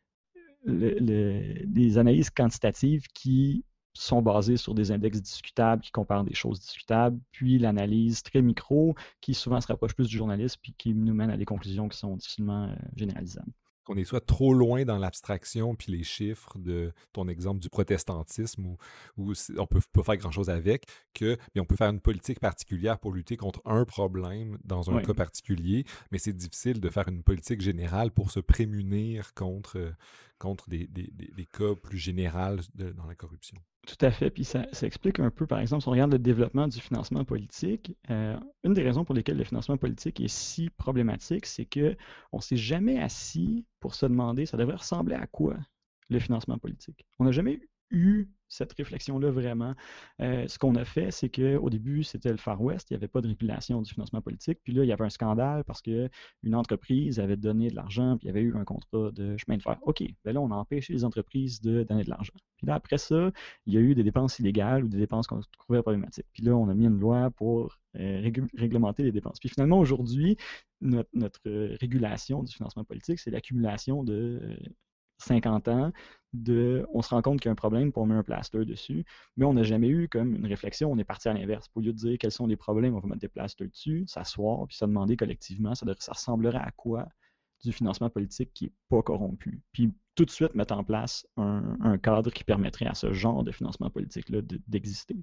le, le, des analyses quantitatives qui sont basées sur des index discutables qui comparent des choses discutables, puis l'analyse très micro qui souvent se rapproche plus du journalisme puis qui nous mène à des conclusions qui sont difficilement euh, généralisables. Qu'on est soit trop loin dans l'abstraction puis les chiffres de ton exemple du protestantisme où, où on peut pas faire grand-chose avec, que mais on peut faire une politique particulière pour lutter contre un problème dans un Oui. cas particulier, mais c'est difficile de faire une politique générale pour se prémunir contre, contre des, des, des, des cas plus généraux de, dans la corruption. Tout à fait. Puis ça, ça explique un peu, par exemple, si on regarde le développement du financement politique, euh, une des raisons pour lesquelles le financement politique est si problématique, c'est qu'on ne s'est jamais assis pour se demander ça devrait ressembler à quoi le financement politique. On n'a jamais eu cette réflexion-là vraiment. Euh, ce qu'on a fait, c'est qu'au début, c'était le Far West, il n'y avait pas de régulation du financement politique. Puis là, il y avait un scandale parce qu'une entreprise avait donné de l'argent, puis il y avait eu un contrat de chemin de fer. OK, ben là, on a empêché les entreprises de donner de l'argent. Puis là, après ça, il y a eu des dépenses illégales ou des dépenses qu'on trouvait problématiques. Puis là, on a mis une loi pour euh, rég- réglementer les dépenses. Puis finalement, aujourd'hui, notre, notre euh, régulation du financement politique, c'est l'accumulation de euh, cinquante ans de on se rend compte qu'il y a un problème, puis on met un plaster dessus, mais on n'a jamais eu comme une réflexion, on est parti à l'inverse. Au lieu de dire quels sont les problèmes, on va mettre des plasters dessus, s'asseoir, puis se demander collectivement, ça, ça ressemblerait à quoi du financement politique qui n'est pas corrompu. Puis tout de suite mettre en place un, un cadre qui permettrait à ce genre de financement politique-là d'exister.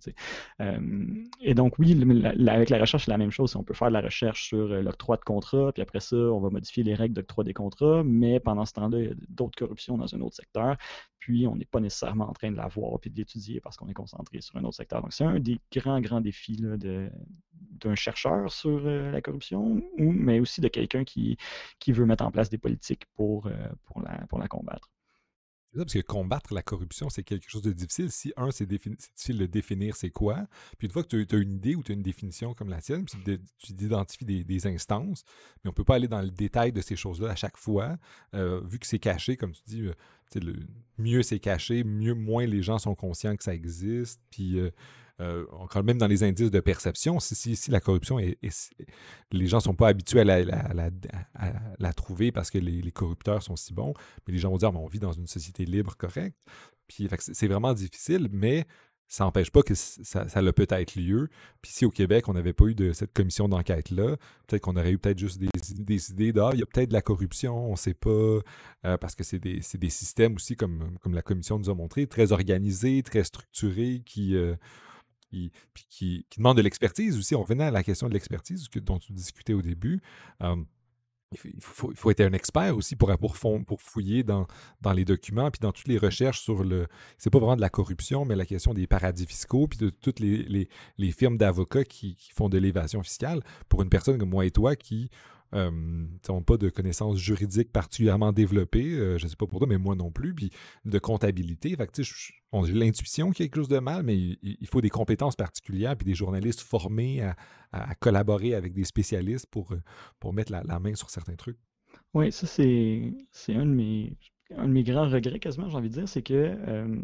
Euh, et donc, oui, la, la, avec la recherche, c'est la même chose. On peut faire de la recherche sur l'octroi de contrats, puis après ça, on va modifier les règles d'octroi des contrats, mais pendant ce temps-là, il y a d'autres corruptions dans un autre secteur, puis on n'est pas nécessairement en train de la voir puis de l'étudier parce qu'on est concentré sur un autre secteur. Donc, c'est un des grands, grands défis là, de, d'un chercheur sur euh, la corruption, ou, mais aussi de quelqu'un qui, qui veut mettre en place des politiques pour, euh, pour, la, pour la combattre. C'est ça, parce que combattre la corruption, c'est quelque chose de difficile. Si, un, c'est, défini- c'est difficile de définir c'est quoi, puis une fois que tu as une idée ou tu as une définition comme la tienne, puis de- tu identifies des, des instances, mais on ne peut pas aller dans le détail de ces choses-là à chaque fois, euh, vu que c'est caché, comme tu dis, euh, le, mieux c'est caché, mieux, moins les gens sont conscients que ça existe, puis... Euh, Euh, encore même dans les indices de perception, si, si, si la corruption est, est, les gens ne sont pas habitués à la, à la, à la trouver parce que les, les corrupteurs sont si bons, mais les gens vont dire, on vit dans une société libre, correcte. Puis c'est vraiment difficile, mais ça n'empêche pas que ça, ça a peut-être lieu. Puis si au Québec, on n'avait pas eu de cette commission d'enquête-là, peut-être qu'on aurait eu peut-être juste des, des idées d'A, ah, il y a peut-être de la corruption, on ne sait pas, euh, parce que c'est des, c'est des systèmes aussi, comme, comme la commission nous a montré, très organisés, très structurés, qui, euh, qui, puis qui, qui demandent de l'expertise aussi. On revenait à la question de l'expertise que, dont tu discutais au début. Euh, Il faut, il faut être un expert aussi pour, pour, pour fouiller dans, dans les documents puis dans toutes les recherches sur le... C'est pas vraiment de la corruption, mais la question des paradis fiscaux puis de toutes les, les, les firmes d'avocats qui, qui font de l'évasion fiscale. Pour une personne comme moi et toi qui n'ont euh, pas de connaissances juridiques particulièrement développées, euh, je ne sais pas pour toi, mais moi non plus, puis de comptabilité. Fait que, on, j'ai l'intuition qu'il y a quelque chose de mal, mais il, il faut des compétences particulières puis des journalistes formés à, à, à collaborer avec des spécialistes pour, pour mettre la, la main sur certains trucs. Oui, ça, c'est, c'est un de mes, un de mes grands regrets, quasiment, j'ai envie de dire, c'est que euh,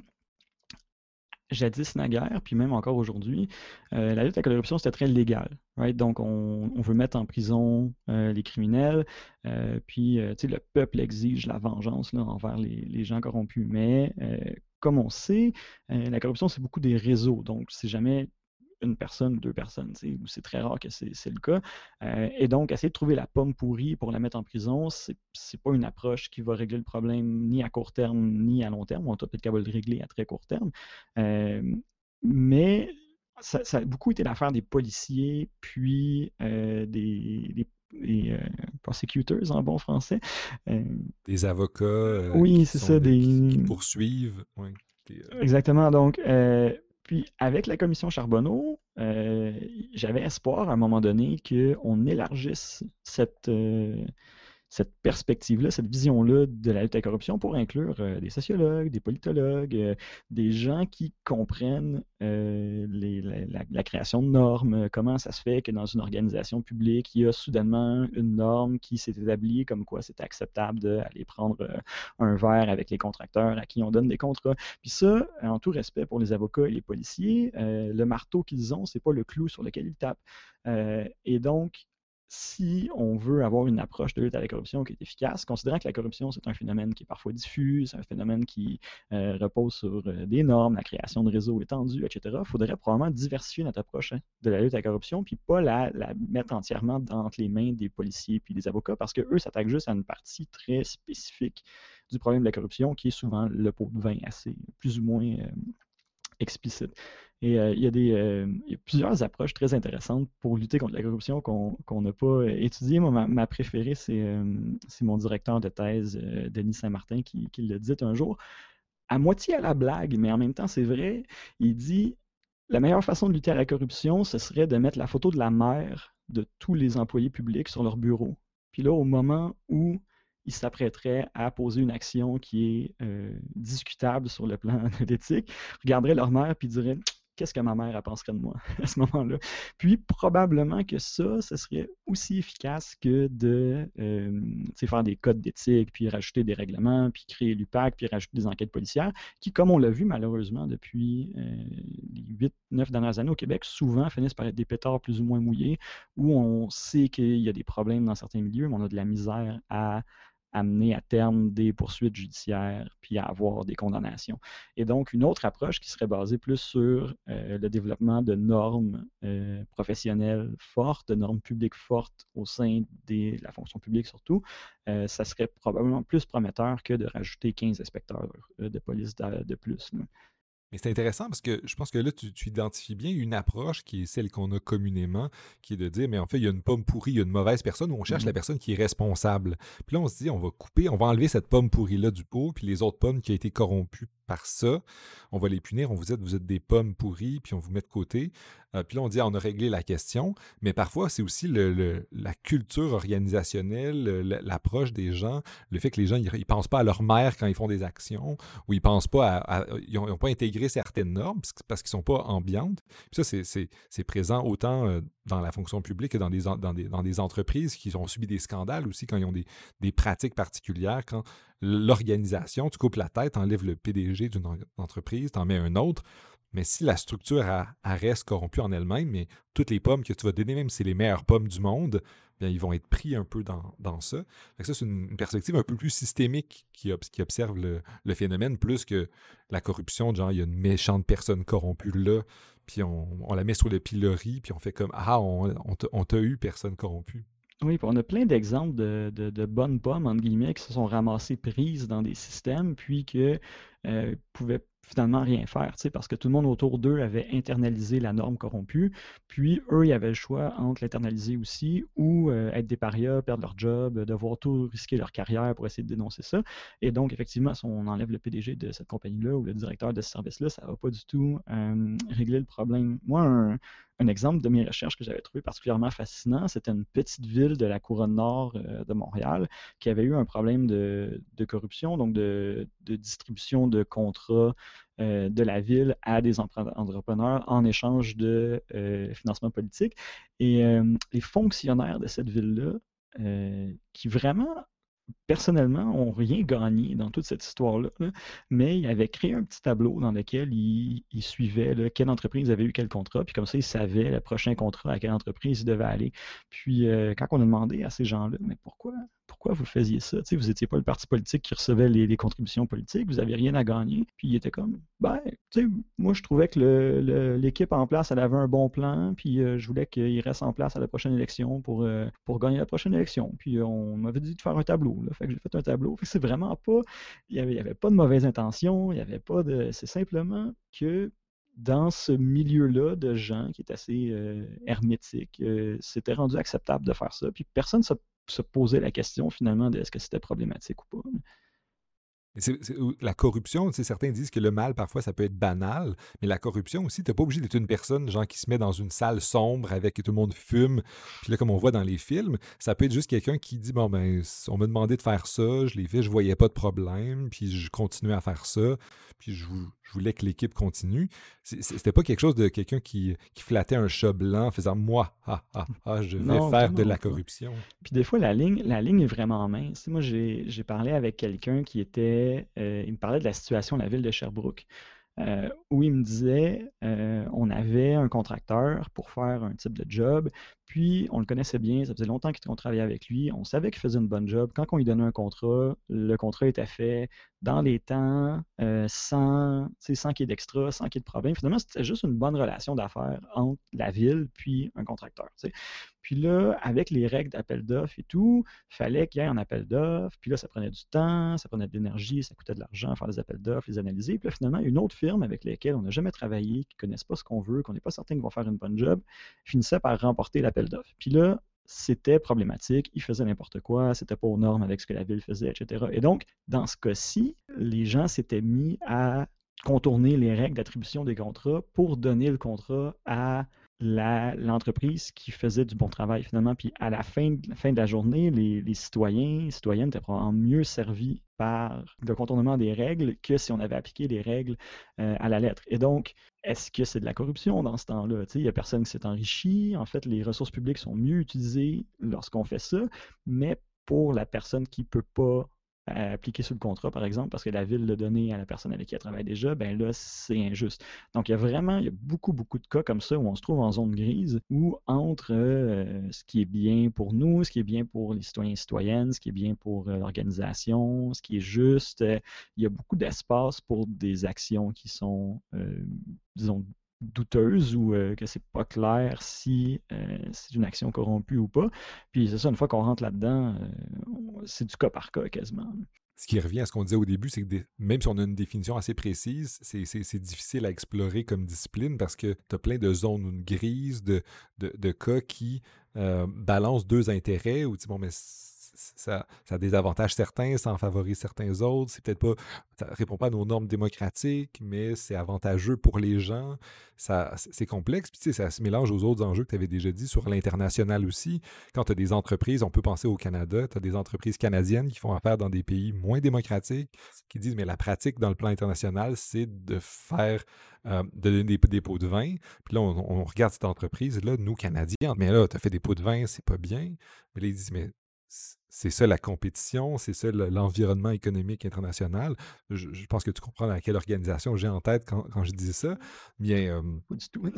jadis naguère, puis même encore aujourd'hui, euh, la lutte à la corruption, c'était très légal. Right? Donc, on, on veut mettre en prison euh, les criminels, euh, puis euh, le peuple exige la vengeance là, envers les, les gens corrompus. Mais euh, comme on sait, euh, la corruption, c'est beaucoup des réseaux. Donc, c'est jamais une personne ou deux personnes, ou c'est très rare que c'est, c'est le cas. Euh, et donc, essayer de trouver la pomme pourrie pour la mettre en prison, c'est, c'est pas une approche qui va régler le problème ni à court terme ni à long terme. On va peut-être capable de le régler à très court terme. Euh, mais ça, ça, a beaucoup été l'affaire des policiers, puis euh, des, des des euh, prosecutors en bon français. Euh, des avocats euh, oui, qui, c'est sont ça, des, des... qui, qui poursuivent. Ouais, des, euh... Exactement. Donc, euh, puis avec la commission Charbonneau, euh, j'avais espoir à un moment donné qu'on élargisse cette, euh, cette perspective-là, cette vision-là de la lutte à la corruption pour inclure euh, des sociologues, des politologues, euh, des gens qui comprennent euh, les, la, la, la création de normes, comment ça se fait que dans une organisation publique, il y a soudainement une norme qui s'est établie comme quoi c'est acceptable d'aller prendre euh, un verre avec les contracteurs à qui on donne des contrats. Puis ça, en tout respect pour les avocats et les policiers, euh, le marteau qu'ils ont, c'est pas le clou sur lequel ils tapent. Euh, et donc, si on veut avoir une approche de lutte à la corruption qui est efficace, considérant que la corruption, c'est un phénomène qui est parfois diffus, c'est un phénomène qui euh, repose sur euh, des normes, la création de réseaux étendus, et cetera, il faudrait probablement diversifier notre approche hein, de la lutte à la corruption, puis pas la, la mettre entièrement entre les mains des policiers puis des avocats, parce qu'eux s'attaquent juste à une partie très spécifique du problème de la corruption, qui est souvent le pot de vin assez, plus ou moins euh, explicite. Et euh, il, y a des, euh, il y a plusieurs approches très intéressantes pour lutter contre la corruption qu'on qu'on n'a pas étudiées. Moi, ma, ma préférée, c'est euh, mon directeur de thèse, euh, Denis Saint-Martin, qui, qui l'a dit un jour, à moitié à la blague, mais en même temps, c'est vrai. Il dit la meilleure façon de lutter à la corruption, ce serait de mettre la photo de la mère de tous les employés publics sur leur bureau. Puis là, au moment où ils s'apprêteraient à poser une action qui est euh, discutable sur le plan de l'éthique, regarderaient leur mère puis diraient qu'est-ce que ma mère penserait de moi à ce moment-là. Puis probablement que ça, ce serait aussi efficace que de euh, faire des codes d'éthique, puis rajouter des règlements, puis créer l'U P A C, puis rajouter des enquêtes policières, qui, comme on l'a vu malheureusement depuis euh, les huit neuf dernières années au Québec, souvent finissent par être des pétards plus ou moins mouillés, où on sait qu'il y a des problèmes dans certains milieux, mais on a de la misère à amener à terme des poursuites judiciaires puis à avoir des condamnations. Et donc, une autre approche qui serait basée plus sur euh, le développement de normes euh, professionnelles fortes, de normes publiques fortes au sein de la fonction publique surtout, euh, ça serait probablement plus prometteur que de rajouter quinze inspecteurs de police de, de plus. Là. Mais c'est intéressant parce que je pense que là, tu, tu identifies bien une approche qui est celle qu'on a communément, qui est de dire, mais en fait, il y a une pomme pourrie, il y a une mauvaise personne, où on cherche mm-hmm. la personne qui est responsable. Puis là, on se dit, on va couper, on va enlever cette pomme pourrie-là du pot, puis les autres pommes qui ont été corrompues par ça, on va les punir, on vous dit, vous êtes des pommes pourries, puis on vous met de côté. Euh, puis là, on dit, ah, on a réglé la question, mais parfois, c'est aussi le, le, la culture organisationnelle, le, l'approche des gens, le fait que les gens, ils ne pensent pas à leur mère quand ils font des actions, ou ils pensent pas à... à ils n'ont pas intégré certaines normes parce qu'ils ne sont pas ambiantes. Puis ça, c'est, c'est, c'est présent autant euh, dans la fonction publique que dans des, dans, des, dans des entreprises qui ont subi des scandales aussi quand ils ont des, des pratiques particulières, quand l'organisation, tu coupes la tête, tu enlèves le P D G d'une entreprise, tu en mets un autre, Mais si la structure elle, elle reste corrompue en elle-même, mais toutes les pommes que tu vas donner, même si c'est les meilleures pommes du monde, bien, ils vont être pris un peu dans, dans ça. Fait que ça, c'est une, une perspective un peu plus systémique qui, ob- qui observe le, le phénomène, plus que la corruption, genre il y a une méchante personne corrompue là, puis on, on la met sur le pilori, puis on fait comme Ah, on, on t'a on t'a eu, personne corrompue. Oui, puis on a plein d'exemples de, de- de bonnes pommes, entre guillemets, qui se sont ramassées prises dans des systèmes, puis que euh, pouvaient finalement rien faire, tu sais, parce que tout le monde autour d'eux avait internalisé la norme corrompue, puis eux, ils avaient le choix entre l'internaliser aussi ou euh, être des parias, perdre leur job, euh, devoir tout risquer leur carrière pour essayer de dénoncer ça. Et donc, effectivement, si on enlève le P D G de cette compagnie-là ou le directeur de ce service-là, ça va pas du tout euh, régler le problème. Moi, un, un exemple de mes recherches que j'avais trouvé particulièrement fascinant, c'était une petite ville de la couronne nord euh, de Montréal qui avait eu un problème de, de corruption, donc de, de distribution de contrats euh, de la ville à des entrepreneurs en échange de euh, financement politique. Et euh, les fonctionnaires de cette ville-là, euh, qui vraiment personnellement, ont rien gagné dans toute cette histoire-là, là, mais ils avaient créé un petit tableau dans lequel ils, ils suivaient là, quelle entreprise avait eu quel contrat, puis comme ça, ils savaient le prochain contrat à quelle entreprise ils devaient aller. Puis euh, quand on a demandé à ces gens-là, mais pourquoi, pourquoi vous faisiez ça? Tu sais, vous n'étiez pas le parti politique qui recevait les, les contributions politiques, vous n'aviez rien à gagner. Puis ils étaient comme, ben, tu sais, moi je trouvais que le- le- l'équipe en place, elle avait un bon plan, puis euh, je voulais qu'il reste en place à la prochaine élection pour, euh, pour gagner la prochaine élection. Puis euh, on m'avait dit de faire un tableau, là. Fait que j'ai fait un tableau. Fait que c'est vraiment pas, il y avait, il y avait pas de mauvaise intention, il y avait pas de, c'est simplement que dans ce milieu-là de gens qui est assez euh, hermétique, euh, c'était rendu acceptable de faire ça. Puis personne ne se, se posait la question finalement de est-ce que c'était problématique ou pas. Mais c'est- c'est- ou- la corruption, tu sais, certains disent que le mal, parfois, ça peut être banal, mais la corruption aussi, t'es pas obligé d'être une personne, genre, qui se met dans une salle sombre avec tout le monde fume, puis là, comme on voit dans les films, ça peut être juste quelqu'un qui dit, bon, ben, c- on m'a demandé de faire ça, je l'ai fait, je voyais pas de problème, puis je continuais à faire ça, puis je, vou- je voulais que l'équipe continue. C'est- c'est- C'était pas quelque chose de quelqu'un qui, qui flattait un chat blanc en faisant, moi, ah, ah, ah, je vais Non, faire de vraiment la pas. corruption. Puis des fois, la ligne, la ligne est vraiment mince. Tu sais, moi, j'ai, j'ai parlé avec quelqu'un qui était, euh, il me parlait de la situation de la ville de Sherbrooke, euh, où il me disait, euh, on avait un contracteur pour faire un type de job, puis on le connaissait bien, ça faisait longtemps qu'on travaillait avec lui, on savait qu'il faisait une bonne job. Quand on lui donnait un contrat, le contrat était fait dans les temps, euh, sans, tu sais, sans qu'il y ait d'extra, sans qu'il y ait de problème. Finalement, c'était juste une bonne relation d'affaires entre la ville puis un contracteur. Tu sais. Puis là, avec les règles d'appel d'offres et tout, il fallait qu'il y ait un appel d'offres. Puis là, ça prenait du temps, ça prenait de l'énergie, ça coûtait de l'argent faire les appels d'offres, les analyser. Puis là, finalement, une autre firme avec laquelle on n'a jamais travaillé, qui ne connaissent pas ce qu'on veut, qu'on n'est pas certain qu'ils vont faire une bonne job, finissait par remporter l'appel d'offres. Puis là, c'était problématique, ils faisaient n'importe quoi, c'était pas aux normes avec ce que la ville faisait, et cetera. Et donc, dans ce cas-ci, les gens s'étaient mis à contourner les règles d'attribution des contrats pour donner le contrat à la- l'entreprise qui faisait du bon travail finalement. Puis à la fin, de- la fin de la journée, les, les citoyens, les citoyennes étaient probablement mieux servis par le contournement des règles que si on avait appliqué les règles euh, à la lettre. Et donc, est-ce que c'est de la corruption dans ce temps-là? Tu sais, il n'y a personne qui s'est enrichi. En fait, les ressources publiques sont mieux utilisées lorsqu'on fait ça, mais pour la personne qui ne peut pas à appliquer sur le contrat, par exemple, parce que la ville l'a donné à la personne avec qui elle travaille déjà, ben là, c'est injuste. Donc, il y a vraiment, il y a beaucoup, beaucoup de cas comme ça où on se trouve en zone grise, où entre euh, ce qui est bien pour nous, ce qui est bien pour les citoyens et citoyennes, ce qui est bien pour euh, l'organisation, ce qui est juste, euh, il y a beaucoup d'espace pour des actions qui sont, euh, disons, douteuses ou euh, que c'est pas clair si euh, c'est une action corrompue ou pas. Puis c'est ça, une fois qu'on rentre là-dedans, euh, c'est du cas par cas quasiment. Ce qui revient à ce qu'on disait au début, c'est que des- même si on a une définition assez précise, c'est c'est- c'est difficile à explorer comme discipline parce que tu as plein de zones grises, de, de, de cas qui euh, balancent deux intérêts ou tu dis, bon, mais c- ça, ça a des avantages certains, ça en favorise certains autres. C'est peut-être pas, ça répond pas à nos normes démocratiques, mais c'est avantageux pour les gens. Ça, c'est c'est complexe. Puis tu sais, ça se mélange aux autres enjeux que tu avais déjà dit sur l'international aussi. Quand tu as des entreprises, on peut penser au Canada, tu as des entreprises canadiennes qui font affaire dans des pays moins démocratiques, qui disent, mais la pratique dans le plan international, c'est de faire, euh, de donner des, des pots de vin. Puis là, on, on regarde cette entreprise, là, nous, Canadiens, mais là, tu as fait des pots de vin, c'est pas bien. Mais là, ils disent, mais c'est ça la compétition, c'est ça le- l'environnement économique international. Je, je pense que tu comprends à quelle organisation j'ai en tête quand, quand je dis ça. Bien, euh, Pas du tout.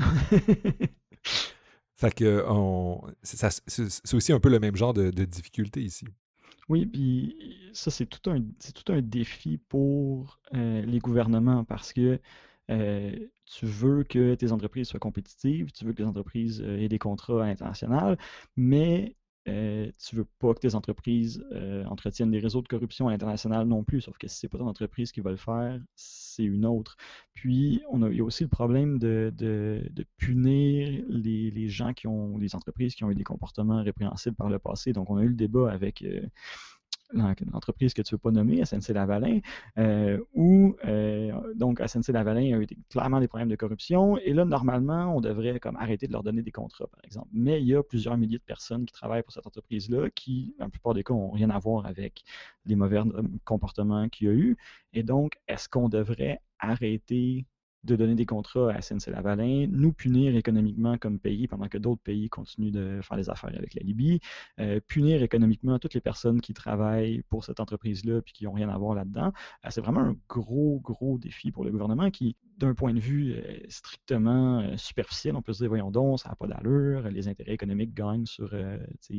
fait que on, c'est ça- c'est- c'est aussi un peu le même genre de, de difficulté ici. Oui, puis ça, c'est tout un, c'est tout un défi pour euh, les gouvernements parce que euh, tu veux que tes entreprises soient compétitives, tu veux que les entreprises euh, aient des contrats à l'international, mais euh, tu veux pas que tes entreprises euh, entretiennent des réseaux de corruption à l'international non plus, sauf que si c'est pas ton entreprise qui va le faire, c'est une autre. Puis, on a, il y a aussi le problème de, de- de punir les, les gens qui ont, les entreprises qui ont eu des comportements répréhensibles par le passé. Donc, on a eu le débat avec euh, l'entreprise que tu ne veux pas nommer, S N C-Lavalin, euh, où euh, donc S N C-Lavalin a eu des- clairement des problèmes de corruption, et là, normalement, on devrait comme arrêter de leur donner des contrats, par exemple. Mais il y a plusieurs milliers de personnes qui travaillent pour cette entreprise-là qui, dans la plupart des cas, n'ont rien à voir avec les mauvais euh, comportements qu'il y a eu. Et donc, est-ce qu'on devrait arrêter de donner des contrats à S N C-Lavalin, nous punir économiquement comme pays pendant que d'autres pays continuent de faire des affaires avec la Libye, euh, punir économiquement toutes les personnes qui travaillent pour cette entreprise-là puis qui n'ont rien à voir là-dedans. Euh, c'est vraiment un gros, gros défi pour le gouvernement qui, d'un point de vue euh, strictement euh, superficiel, on peut se dire, voyons donc, ça n'a pas d'allure, les intérêts économiques gagnent sur euh,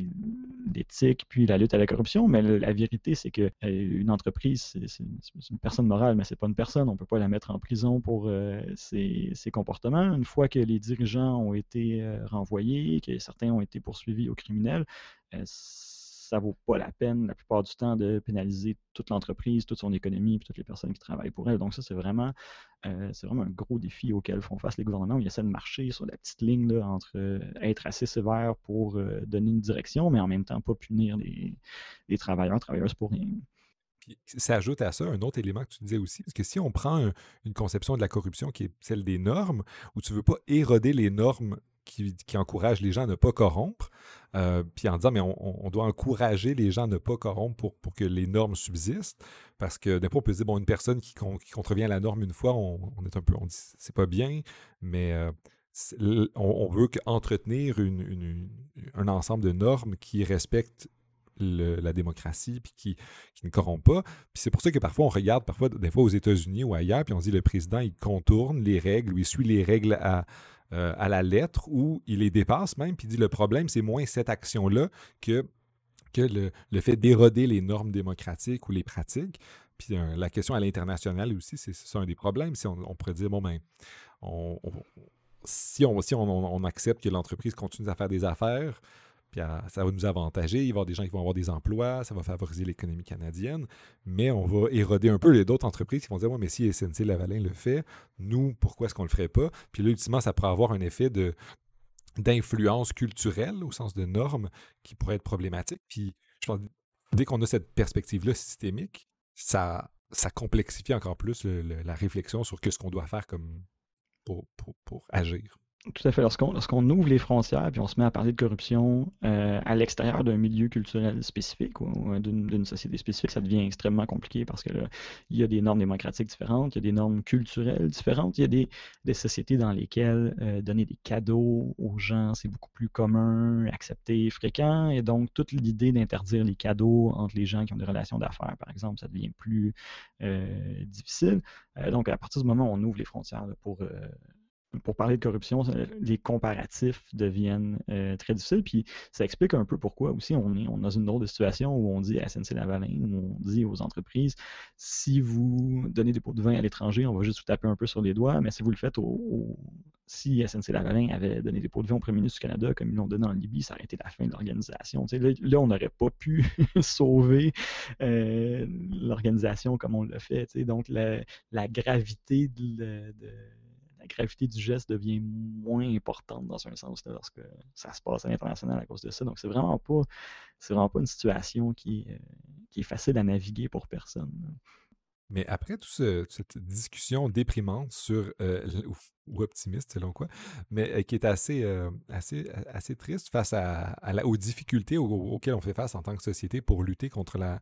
l'éthique puis la lutte à la corruption, mais le, la vérité, c'est que euh, une entreprise, c'est, c'est, c'est une personne morale, mais c'est pas une personne, on peut pas la mettre en prison pour euh, ses, ses comportements. Une fois que les dirigeants ont été euh, renvoyés, que certains ont été poursuivis au criminel, euh, ça vaut pas la peine la plupart du temps de pénaliser toute l'entreprise, toute son économie, puis toutes les personnes qui travaillent pour elle. Donc ça, c'est vraiment, euh, c'est vraiment un gros défi auquel font face les gouvernements, où ils essaient de marcher sur la petite ligne là, entre euh, être assez sévère pour euh, donner une direction, mais en même temps pas punir les, les travailleurs, travailleuses pour rien. Puis ça ajoute à ça un autre élément que tu disais aussi, parce que si on prend un- une conception de la corruption qui est celle des normes, où tu ne veux pas éroder les normes qui, qui encouragent les gens à ne pas corrompre, euh, puis en disant, mais on, on doit encourager les gens à ne pas corrompre pour, pour que les normes subsistent, parce que des fois, on peut se dire, bon, une personne qui, con- qui contrevient à la norme une fois, on, on est un peu, on dit, c'est pas bien, mais euh, c'est- l- on, on veut que- entretenir une- une- une- un ensemble de normes qui respectent le- la démocratie, puis qui, qui ne corrompt pas. Puis c'est pour ça que parfois, on regarde, parfois, des fois aux États-Unis ou ailleurs, puis on se dit le président, il contourne les règles, ou il suit les règles à, euh, à la lettre, ou il les dépasse même, puis il dit le problème, c'est moins cette action-là que, que le, le fait d'éroder les normes démocratiques ou les pratiques. Puis euh, la question à l'international aussi, c'est c'est ça un des problèmes. Si on, on pourrait dire, bon, ben, on, on- si, on, si on, on accepte que l'entreprise continue à faire des affaires, puis à- ça va nous avantager. Il va y avoir des gens qui vont avoir des emplois, ça va favoriser l'économie canadienne, mais on va éroder un peu les d'autres entreprises qui vont dire, ouais, mais si S N C-Lavalin le fait, nous, pourquoi est-ce qu'on le ferait pas? Puis là, ultimement, ça pourrait avoir un effet de, d'influence culturelle au sens de normes qui pourrait être problématique. Puis je pense dès qu'on a cette perspective-là systémique, ça, ça complexifie encore plus le- le- la réflexion sur ce qu'on doit faire comme pour, pour, pour agir. Tout à fait. Lorsqu'on lorsqu'on ouvre les frontières puis on se met à parler de corruption euh, à l'extérieur d'un milieu culturel spécifique ou euh, d'une d'une société spécifique, ça devient extrêmement compliqué parce que là, il y a des normes démocratiques différentes, il y a des normes culturelles différentes, il y a des, des sociétés dans lesquelles euh, donner des cadeaux aux gens, c'est beaucoup plus commun, accepté, fréquent, et donc toute l'idée d'interdire les cadeaux entre les gens qui ont des relations d'affaires, par exemple, ça devient plus euh, difficile. Euh, donc à partir du moment où on ouvre les frontières là, pour euh, pour parler de corruption, les comparatifs deviennent euh, très difficiles. Puis ça explique un peu pourquoi aussi on est, on est dans une drôle de situation où on dit à S N C-Lavalin, où on dit aux entreprises, si vous donnez des pots de vin à l'étranger, on va juste vous taper un peu sur les doigts, mais si vous le faites au, au si S N C-Lavalin avait donné des pots de vin au premier ministre du Canada, comme ils l'ont donné en Libye, ça aurait été la fin de l'organisation. Tu sais, là, là, on n'aurait pas pu sauver euh, l'organisation comme on l'a fait. Tu sais. Donc, la, la gravité de, de la gravité du geste devient moins importante dans un sens là, lorsque ça se passe à l'international à cause de ça. Donc, c'est vraiment pas, c'est vraiment pas une situation qui, euh, qui est facile à naviguer pour personne. Mais après toute ce- cette discussion déprimante sur euh, ou, ou optimiste selon quoi, mais euh, qui est assez, euh, assez, assez triste face à, à la- aux difficultés au- auxquelles on fait face en tant que société pour lutter contre la,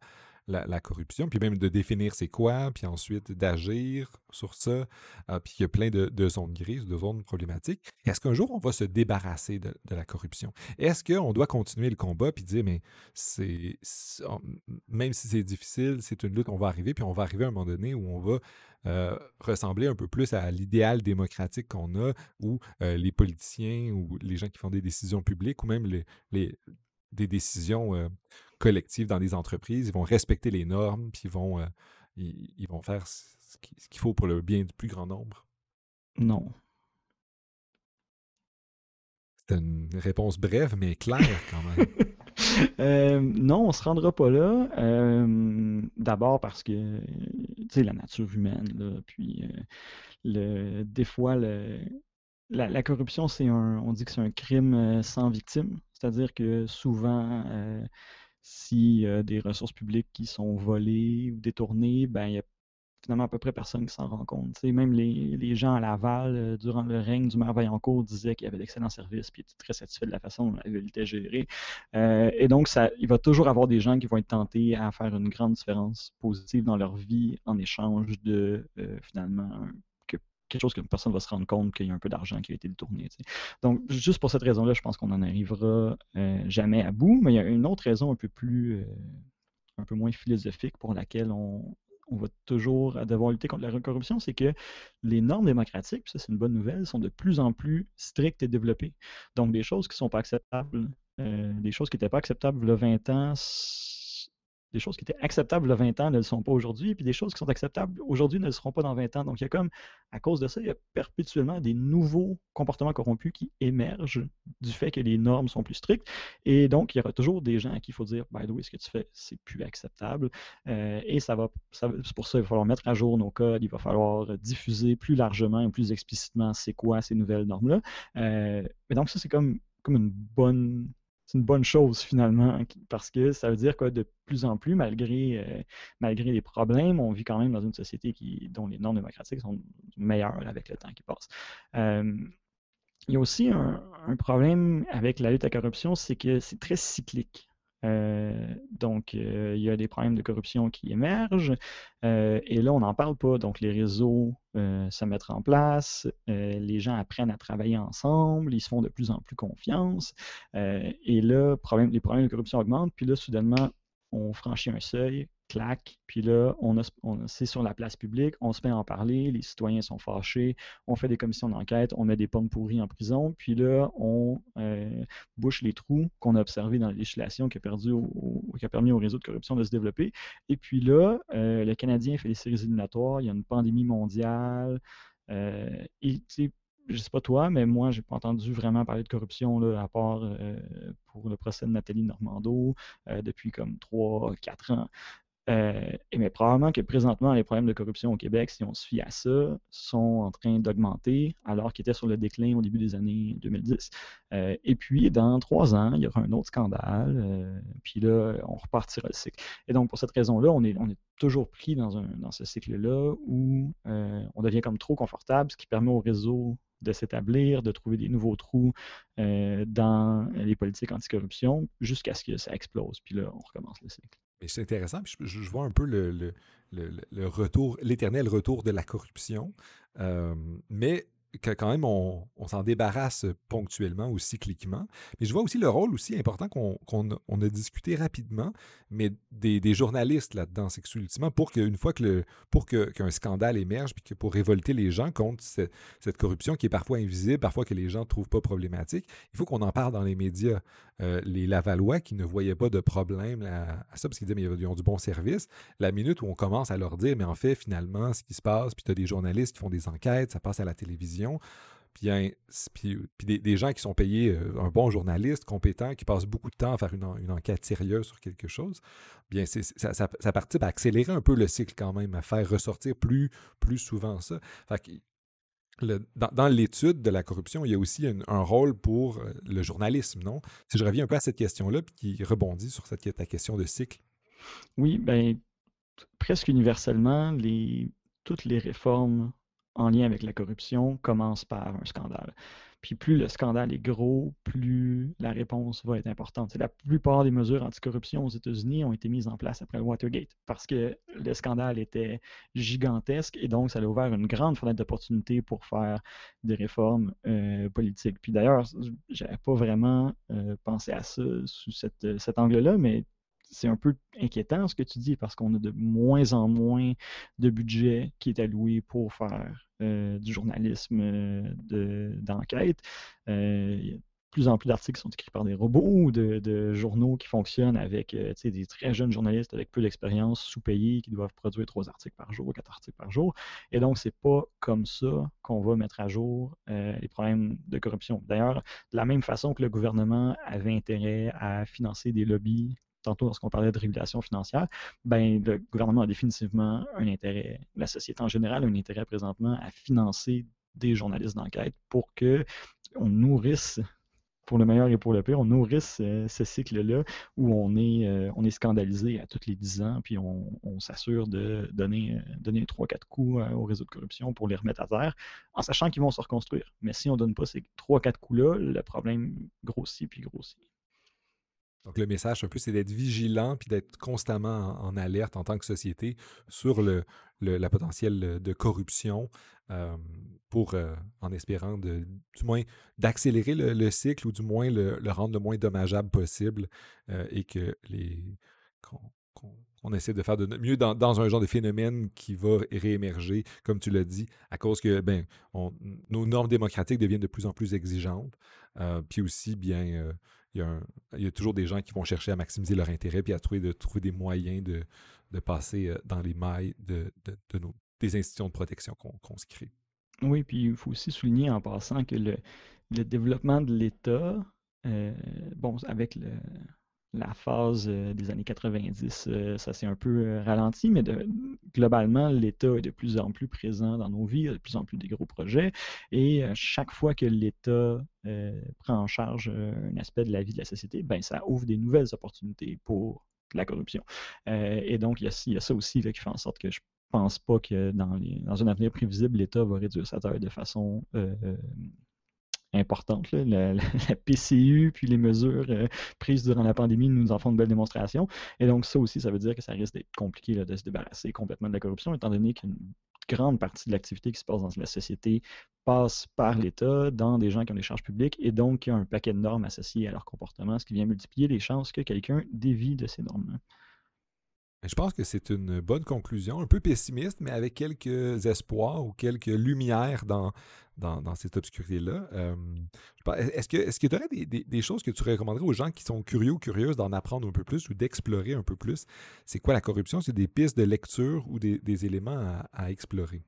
la, la corruption, puis même de définir c'est quoi, puis ensuite d'agir sur ça, euh, puis il y a plein de, de zones grises, de zones problématiques. Est-ce qu'un jour on va se débarrasser de, de la corruption? Est-ce qu'on doit continuer le combat, puis dire, mais c'est, c'est- on- même si c'est difficile, c'est une lutte, on va arriver, puis on va arriver à un moment donné où on va euh, ressembler un peu plus à l'idéal démocratique qu'on a, où euh, les politiciens ou les gens qui font des décisions publiques, ou même les, les- des décisions euh, collectives dans des entreprises, ils vont respecter les normes, puis ils vont, euh, ils, ils vont faire ce qui- ce qu'il faut pour le bien du plus grand nombre. Non. C'est une réponse brève, mais claire quand même. Euh, non, on se rendra pas là. Euh, d'abord parce que, tu sais, la nature humaine, là, puis euh, le, des fois, le, la, la corruption, c'est un, on dit que c'est un crime euh, sans victime. C'est-à-dire que souvent, euh, si euh, des ressources publiques qui sont volées ou détournées, ben, il y a finalement à peu près personne qui s'en rend compte. Tu sais, même les, les gens à Laval, euh, durant le règne du maire Vaillancourt, disaient qu'il y avait d'excellents services puis étaient très satisfaits de la façon dont la ville était gérée. Euh, et donc, ça, il va toujours avoir des gens qui vont être tentés à faire une grande différence positive dans leur vie en échange de, euh, finalement, un- que quelque chose que personne ne va se rendre compte qu'il y a un peu d'argent qui a été détourné. Tu sais. Donc, juste pour cette raison-là, je pense qu'on n'en arrivera euh, jamais à bout. Mais il y a une autre raison un peu plus, euh, un peu moins philosophique pour laquelle on, on va toujours devoir lutter contre la corruption, c'est que les normes démocratiques, puis ça c'est une bonne nouvelle, sont de plus en plus strictes et développées. Donc des choses qui ne sont pas acceptables, euh, des choses qui n'étaient pas acceptables il y a vingt ans, des choses qui étaient acceptables il y a vingt ans ne le sont pas aujourd'hui, puis des choses qui sont acceptables aujourd'hui ne le seront pas dans vingt ans. Donc il y a comme, à cause de ça, il y a perpétuellement des nouveaux comportements corrompus qui émergent du fait que les normes sont plus strictes. Et donc, il y aura toujours des gens à qui il faut dire, by the way, ce que tu fais, c'est plus acceptable. Euh, et ça va, ça, c'est pour ça qu'il va falloir mettre à jour nos codes, il va falloir diffuser plus largement et plus explicitement c'est quoi ces nouvelles normes-là. Euh, mais donc, ça, c'est comme, comme une bonne. C'est une bonne chose finalement, parce que ça veut dire que de plus en plus, malgré, euh, malgré les problèmes, on vit quand même dans une société qui, dont les normes démocratiques sont meilleures avec le temps qui passe. Euh, il y a aussi un, un problème avec la lutte à la corruption, c'est que c'est très cyclique. Euh, donc, euh, il y a des problèmes de corruption qui émergent, euh, et là, on n'en parle pas. Donc, les réseaux euh, se mettent en place, euh, les gens apprennent à travailler ensemble, ils se font de plus en plus confiance, euh, et là, problème, les problèmes de corruption augmentent, puis là, soudainement, on franchit un seuil, clac, puis là, on a, on, c'est sur la place publique, on se met à en parler, les citoyens sont fâchés, on fait des commissions d'enquête, on met des pommes pourries en prison, puis là, on euh, bouche les trous qu'on a observés dans la législation qui a, perdu au, au, qui a permis au réseau de corruption de se développer. Et puis là, euh, le Canadien fait les séries éliminatoires, il y a une pandémie mondiale, euh, et tu sais, je sais pas toi, mais moi, j'ai pas entendu vraiment parler de corruption, là, à part euh, pour le procès de Nathalie Normando, euh, depuis comme trois quatre ans. Euh, et mais probablement que présentement, les problèmes de corruption au Québec, si on se fie à ça, sont en train d'augmenter alors qu'ils étaient sur le déclin au début des années deux mille dix. Euh, et puis, dans trois ans, il y aura un autre scandale, euh, puis là, on repartira le cycle. Et donc, pour cette raison-là, on est, on est toujours pris dans, un, dans ce cycle-là où euh, on devient comme trop confortable, ce qui permet au réseau de s'établir, de trouver des nouveaux trous euh, dans les politiques anticorruption jusqu'à ce que ça explose. Puis là, on recommence le cycle. Mais c'est intéressant, puis je, je vois un peu le, le, le, le retour, l'éternel retour de la corruption, euh, mais que quand même on, on s'en débarrasse ponctuellement ou cycliquement. Mais je vois aussi le rôle aussi important qu'on qu'on a, on a discuté rapidement, mais des, des journalistes là-dedans. C'est que ultimement, pour qu'une fois que le, pour que, qu'un scandale émerge, puis que pour révolter les gens contre cette, cette corruption qui est parfois invisible, parfois que les gens ne trouvent pas problématique, il faut qu'on en parle dans les médias. Euh, les Lavallois qui ne voyaient pas de problème à, à ça, parce qu'ils disaient, mais ils ont du bon service. La minute où on commence à leur dire, mais en fait, finalement, ce qui se passe, puis tu as des journalistes qui font des enquêtes, ça passe à la télévision, puis, hein, puis, puis des, des gens qui sont payés, euh, un bon journaliste compétent, qui passe beaucoup de temps à faire une, une enquête sérieuse sur quelque chose, bien, c'est, ça, ça, ça participe à accélérer un peu le cycle quand même, à faire ressortir plus, plus souvent ça. Fait que, le, dans, dans l'étude de la corruption, il y a aussi un, un rôle pour euh, le journalisme, non? Si je reviens un peu à cette question-là, puis qui rebondit sur cette, ta question de cycle. Oui, ben, presque universellement, les, toutes les réformes en lien avec la corruption commence par un scandale. Puis plus le scandale est gros, plus la réponse va être importante. C'est la plupart des mesures anticorruption aux États-Unis ont été mises en place après le Watergate parce que le scandale était gigantesque et donc ça a ouvert une grande fenêtre d'opportunité pour faire des réformes euh, politiques. Puis d'ailleurs, j'avais pas vraiment euh, pensé à ça sous cette, cet angle-là, mais c'est un peu inquiétant ce que tu dis parce qu'on a de moins en moins de budget qui est alloué pour faire euh, du journalisme euh, de, d'enquête. Euh, il y a de plus en plus d'articles qui sont écrits par des robots ou de, de journaux qui fonctionnent avec euh, des très jeunes journalistes avec peu d'expérience, sous-payés, qui doivent produire trois articles par jour, quatre articles par jour. Et donc, c'est pas comme ça qu'on va mettre à jour euh, les problèmes de corruption. D'ailleurs, de la même façon que le gouvernement avait intérêt à financer des lobbies tantôt lorsqu'on parlait de régulation financière, ben, le gouvernement a définitivement un intérêt, la société en général a un intérêt présentement à financer des journalistes d'enquête pour qu'on nourrisse, pour le meilleur et pour le pire, on nourrisse euh, ce cycle-là où on est, euh, on est scandalisé à tous les dix ans, puis on, on s'assure de donner, euh, donner trois quatre coups euh, au réseau de corruption pour les remettre à terre, en sachant qu'ils vont se reconstruire. Mais si on ne donne pas ces trois quatre coups-là, le problème grossit puis grossit. Donc, le message, un peu, c'est d'être vigilant puis d'être constamment en, en alerte en tant que société sur le, le- la potentielle de corruption euh, pour, euh, en espérant, de, du moins, d'accélérer le, le cycle ou du moins le, le rendre le moins dommageable possible euh, et que les qu'on qu'on- qu'on essaie de faire de no- mieux dans, dans un genre de phénomène qui va réémerger, comme tu l'as dit, à cause que ben, on- nos normes démocratiques deviennent de plus en plus exigeantes. Euh, puis aussi, bien, euh, il y a un- il y a toujours des gens qui vont chercher à maximiser leur intérêt puis à trouver, de, trouver des moyens de, de passer euh, dans les mailles de, de- de nos, des institutions de protection qu'on qu'on se crée. Oui, puis il faut aussi souligner en passant que le, le développement de l'État, euh, bon, avec le- la phase euh, des années quatre-vingt-dix, euh, ça s'est un peu euh, ralenti, mais de- globalement, l'État est de plus en plus présent dans nos vies, il y a de plus en plus des gros projets, et euh, chaque fois que l'État euh, prend en charge euh, un aspect de la vie de la société, ben, ça ouvre des nouvelles opportunités pour la corruption. Euh, et donc, il y a, il y a ça aussi là, qui fait en sorte que je pense pas que dans, les, dans un avenir prévisible, l'État va réduire sa taille de façon euh, importante. Là. La, la, la P C U puis les mesures euh, prises durant la pandémie nous en font une belle démonstration. Et donc, ça aussi, ça veut dire que ça risque d'être compliqué là, de se débarrasser complètement de la corruption, étant donné qu'une grande partie de l'activité qui se passe dans la société passe par l'État, dans des gens qui ont des charges publiques, et donc il y a un paquet de normes associées à leur comportement, ce qui vient multiplier les chances que quelqu'un dévie de ces normes-là. Je pense que c'est une bonne conclusion, un peu pessimiste, mais avec quelques espoirs ou quelques lumières dans, dans, dans cette obscurité-là. Euh, je pense- est-ce que est-ce que tu aurais des, des- des choses que tu recommanderais aux gens qui sont curieux ou curieuses d'en apprendre un peu plus ou d'explorer un peu plus? C'est quoi la corruption? C'est des pistes de lecture ou des, des éléments à, à explorer?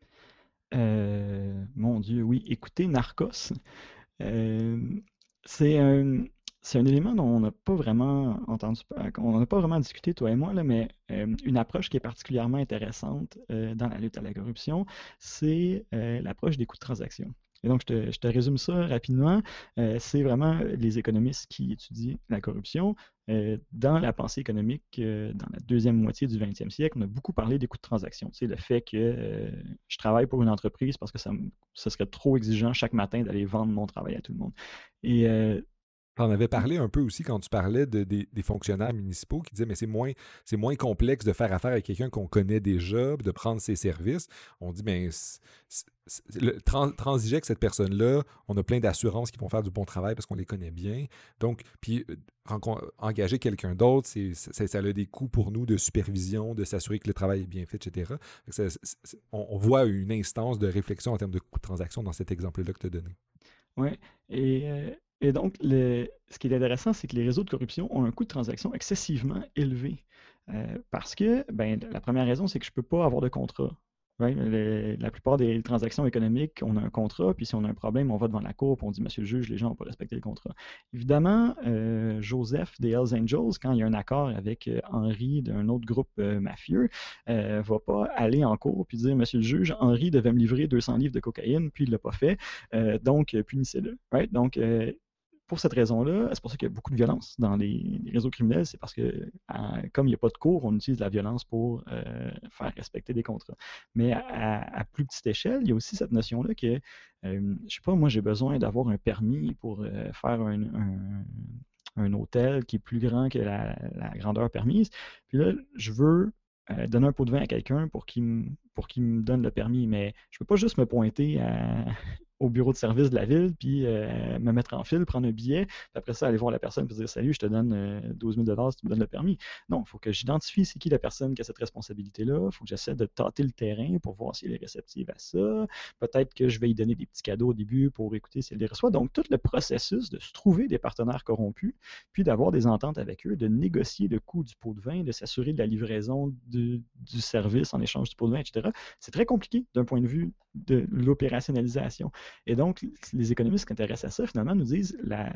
Euh, mon Dieu, oui, écoutez Narcos. Euh, c'est un, c'est un élément dont on n'a pas vraiment entendu, on n'a pas vraiment discuté, toi et moi, là, mais euh, une approche qui est particulièrement intéressante euh, dans la lutte à la corruption, c'est euh, l'approche des coûts de transaction. Et donc, je te, je te résume ça rapidement. Euh, c'est vraiment les économistes qui étudient la corruption. Euh, dans la pensée économique, euh, dans la deuxième moitié du vingtième siècle, on a beaucoup parlé des coûts de transaction. Tu sais, le fait que euh, je travaille pour une entreprise parce que ça, me- ce serait trop exigeant chaque matin d'aller vendre mon travail à tout le monde. Et euh, Tu en avais parlé un peu aussi quand tu parlais de- des, des fonctionnaires municipaux qui disaient mais c'est moins, c'est moins complexe de faire affaire avec quelqu'un qu'on connaît déjà, de prendre ses services. On dit ben c'est- c'est- le, trans- transiger avec cette personne-là, on a plein d'assurances qui vont faire du bon travail parce qu'on les connaît bien. Donc, puis euh, rencon- engager quelqu'un d'autre, c'est, c'est- ça a des coûts pour nous de supervision, de s'assurer que le travail est bien fait, et cetera. Fait que ça- c'est- c'est- on, on voit une instance de réflexion en termes de coûts de transaction dans cet exemple-là que tu as donné. Ouais. Et, euh, et donc, le, ce qui est intéressant, c'est que les réseaux de corruption ont un coût de transaction excessivement élevé. Euh, parce que, ben, la première raison, c'est que je ne peux pas avoir de contrat. Right? Le- la plupart des transactions économiques, on a un contrat, puis si on a un problème, on va devant la cour, puis on dit, Monsieur le juge, les gens n'ont pas respecté le contrat. Évidemment, euh, Joseph des Hells Angels, quand il y a un accord avec euh, Henri d'un autre groupe euh, mafieux, euh, va pas aller en cour puis dire, Monsieur le juge, Henri devait me livrer deux cents livres de cocaïne, puis il l'a pas fait, euh, donc euh, punissez-le. Right? Donc, euh, pour cette raison-là, c'est pour ça qu'il y a beaucoup de violence dans les, les réseaux criminels, c'est parce que, à, comme il n'y a pas de cours, on utilise la violence pour euh, faire respecter des contrats. Mais à, à, plus petite échelle, il y a aussi cette notion-là que, euh, je ne sais pas, moi j'ai besoin d'avoir un permis pour euh, faire un, un, un hôtel qui est plus grand que la, la grandeur permise. Puis là, je veux euh, donner un pot de vin à quelqu'un pour qu'il me, pour qu'il me donne le permis, mais je ne peux pas juste me pointer à au bureau de service de la ville, puis euh, me mettre en file, prendre un billet, puis après ça, aller voir la personne et dire « Salut, je te donne euh, douze mille dollars si tu me donnes le permis. » Non, il faut que j'identifie c'est qui la personne qui a cette responsabilité-là, il faut que j'essaie de tâter le terrain pour voir si elle est réceptive à ça, peut-être que je vais y donner des petits cadeaux au début pour écouter si elle les reçoit. Donc, tout le processus de se trouver des partenaires corrompus, puis d'avoir des ententes avec eux, de négocier le coût du pot de vin, de s'assurer de la livraison de, du service en échange du pot de vin, et cetera. C'est très compliqué d'un point de vue de l'opérationnalisation. Et donc, les économistes qui s'intéressent à ça, finalement, nous disent, la,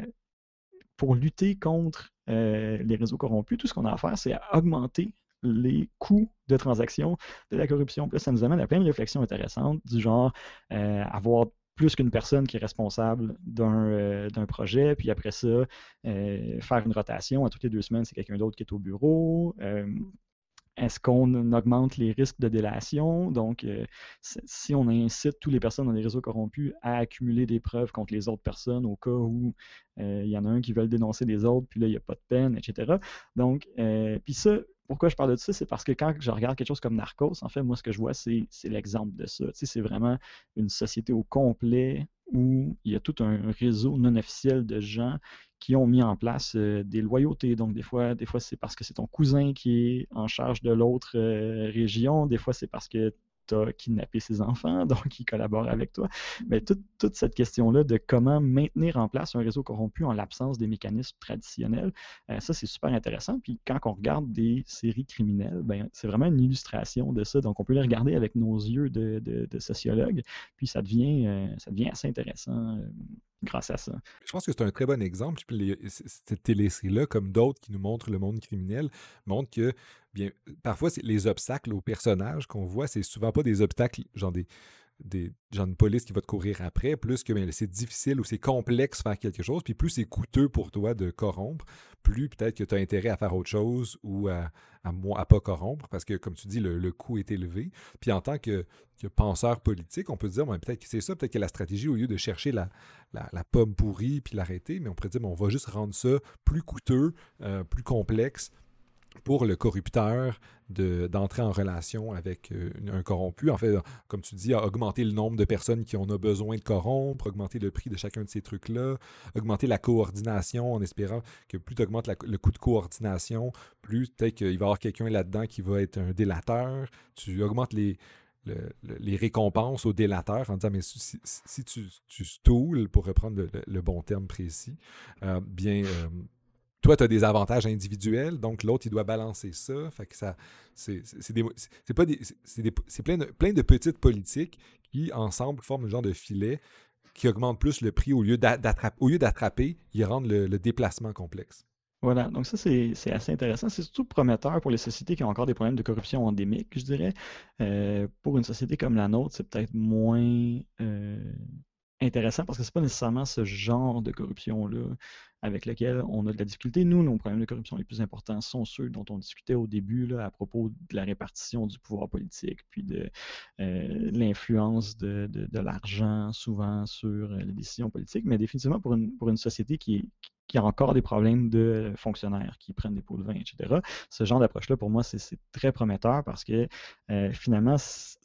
pour lutter contre euh, les réseaux corrompus, tout ce qu'on a à faire, c'est à augmenter les coûts de transaction de la corruption. Puis là, ça nous amène à plein de réflexions intéressantes, du genre euh, avoir plus qu'une personne qui est responsable d'un, euh, d'un projet, puis après ça, euh, faire une rotation à toutes les deux semaines, c'est quelqu'un d'autre qui est au bureau. Euh, Est-ce qu'on augmente les risques de délation? Donc, euh, si on incite toutes les personnes dans les réseaux corrompus à accumuler des preuves contre les autres personnes au cas où euh, il y en a un qui veut dénoncer les autres, puis là, il n'y a pas de peine, et cetera. Donc, euh, puis ça, pourquoi je parle de ça? C'est parce que quand je regarde quelque chose comme Narcos, en fait, moi, ce que je vois, c'est, c'est l'exemple de ça. Tu sais, c'est vraiment une société au complet où il y a tout un réseau non officiel de gens qui ont mis en place euh, des loyautés. Donc, des fois, des fois, c'est parce que c'est ton cousin qui est en charge de l'autre euh, région. Des fois, c'est parce que tu as kidnappé ses enfants, donc ils collaborent avec toi. Mais toute, toute cette question-là de comment maintenir en place un réseau corrompu en l'absence des mécanismes traditionnels, euh, ça, c'est super intéressant. Puis quand on regarde des séries criminelles, ben, c'est vraiment une illustration de ça. Donc, on peut les regarder avec nos yeux de, de, de sociologue, puis ça devient, euh, ça devient assez intéressant euh, grâce à ça. Je pense que c'est un très bon exemple. Puis les, cette télésérie-là, comme d'autres qui nous montrent le monde criminel, montrent que bien, parfois, c'est les obstacles aux personnages qu'on voit, c'est souvent pas des obstacles, genre des, des genre une police qui va te courir après, plus que bien, c'est difficile ou c'est complexe faire quelque chose, puis plus c'est coûteux pour toi de corrompre, plus peut-être que tu as intérêt à faire autre chose ou à à, à pas corrompre, parce que, comme tu dis, le, le coût est élevé. Puis en tant que, que penseur politique, on peut se dire, bon, peut-être que c'est ça, peut-être que la stratégie, au lieu de chercher la, la, la pomme pourrie puis l'arrêter, mais on pourrait dire, bon, on va juste rendre ça plus coûteux, euh, plus complexe, pour le corrupteur de, d'entrer en relation avec euh, un corrompu. En fait, comme tu dis, augmenter le nombre de personnes qui en ont besoin de corrompre, augmenter le prix de chacun de ces trucs-là, augmenter la coordination en espérant que plus tu augmentes la, le coût de coordination, plus peut-être qu'il va y avoir quelqu'un là-dedans qui va être un délateur. Tu augmentes les, le, le, les récompenses aux délateurs en disant, mais si, si tu, tu stoules, pour reprendre le, le, le bon terme précis, euh, bien... Euh, toi, tu as des avantages individuels, donc l'autre, il doit balancer ça. Fait que ça, c'est, c'est, c'est, des, c'est, pas des, c'est, des, c'est plein, de, plein de petites politiques qui, ensemble, forment un genre de filet qui augmente plus le prix au lieu, d'attraper, au lieu d'attraper, ils rendent le, le déplacement complexe. Voilà, donc ça, c'est, c'est assez intéressant. C'est surtout prometteur pour les sociétés qui ont encore des problèmes de corruption endémiques, je dirais. Euh, pour une société comme la nôtre, c'est peut-être moins euh, intéressant parce que c'est pas nécessairement ce genre de corruption-là avec lequel on a de la difficulté. Nous, nos problèmes de corruption les plus importants sont ceux dont on discutait au début là, à propos de la répartition du pouvoir politique, puis de euh, l'influence de, de, de l'argent souvent sur les décisions politiques, mais définitivement pour une, pour une société qui est qui a encore des problèmes de fonctionnaires qui prennent des pots de vin, et cetera. Ce genre d'approche-là, pour moi, c'est, c'est très prometteur parce que euh, finalement,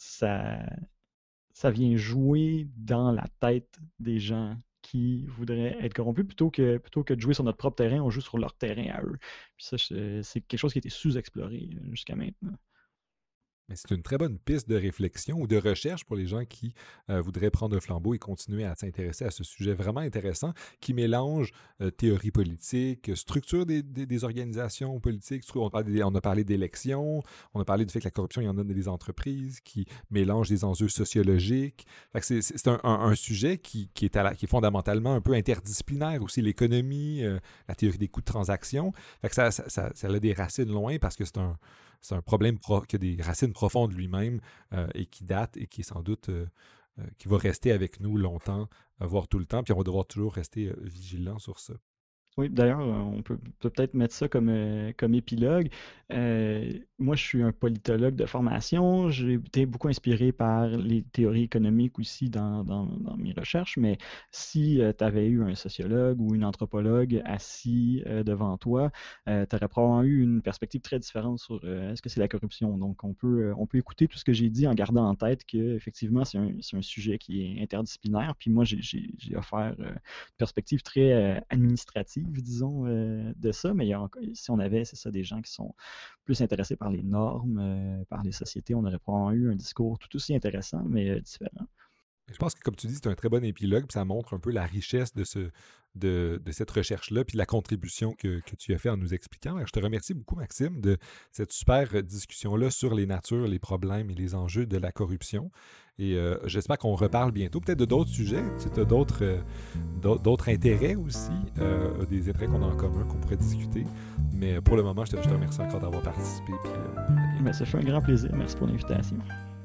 ça, ça vient jouer dans la tête des gens qui voudraient être corrompus plutôt que, plutôt que de jouer sur notre propre terrain, on joue sur leur terrain à eux. Puis ça, c'est quelque chose qui a été sous-exploré jusqu'à maintenant. Mais c'est une très bonne piste de réflexion ou de recherche pour les gens qui euh, voudraient prendre un flambeau et continuer à s'intéresser à ce sujet vraiment intéressant qui mélange euh, théorie politique, structure des, des, des organisations politiques. On, parle, on a parlé d'élections, on a parlé du fait que la corruption, il y en a dans les entreprises, qui mélange des enjeux sociologiques. Fait que c'est, c'est un, un, un sujet qui, qui, est à la, qui est fondamentalement un peu interdisciplinaire aussi, l'économie, euh, la théorie des coûts de transaction. Fait que ça, ça, ça, ça a des racines loin parce que c'est un C'est un problème pro- qui a des racines profondes lui-même euh, et qui date et qui est sans doute euh, euh, qui va rester avec nous longtemps, euh, voire tout le temps, puis on va devoir toujours rester euh, vigilant sur ça. Oui, d'ailleurs, euh, on peut peut- peut-être mettre ça comme, euh, comme épilogue. Euh, moi, je suis un politologue de formation. J'ai été beaucoup inspiré par les théories économiques aussi dans, dans- dans mes recherches, mais si tu avais eu un sociologue ou une anthropologue assis euh, devant toi, tu aurais probablement eu une perspective très différente sur euh, est-ce que c'est la corruption. Donc, on peut, euh, on peut écouter tout ce que j'ai dit en gardant en tête que effectivement c'est un, c'est un sujet qui est interdisciplinaire. Puis moi, j'ai j'ai- j'ai offert euh, perspective très euh, administrative, disons, euh, de ça, mais il y a encore- si on avait, c'est ça, des gens qui sont plus intéressés par les normes, euh, par les sociétés, on aurait probablement eu un discours tout aussi intéressant, mais euh, différent. Je pense que, comme tu dis, c'est un très bon épilogue, puis ça montre un peu la richesse de, ce, de, de cette recherche-là, puis la contribution que, que tu as fait en nous expliquant. Alors, je te remercie beaucoup, Maxime, de cette super discussion-là sur les natures, les problèmes et les enjeux de la corruption. Et euh, j'espère qu'on reparle bientôt, peut-être de d'autres sujets, si tu as d'autres, euh, d'autres intérêts aussi, euh, des intérêts qu'on a en commun, qu'on pourrait discuter. Mais pour le moment, je te, je te remercie encore d'avoir participé. Puis, euh, à bientôt. Mais ça fait un grand plaisir. Merci pour l'invitation.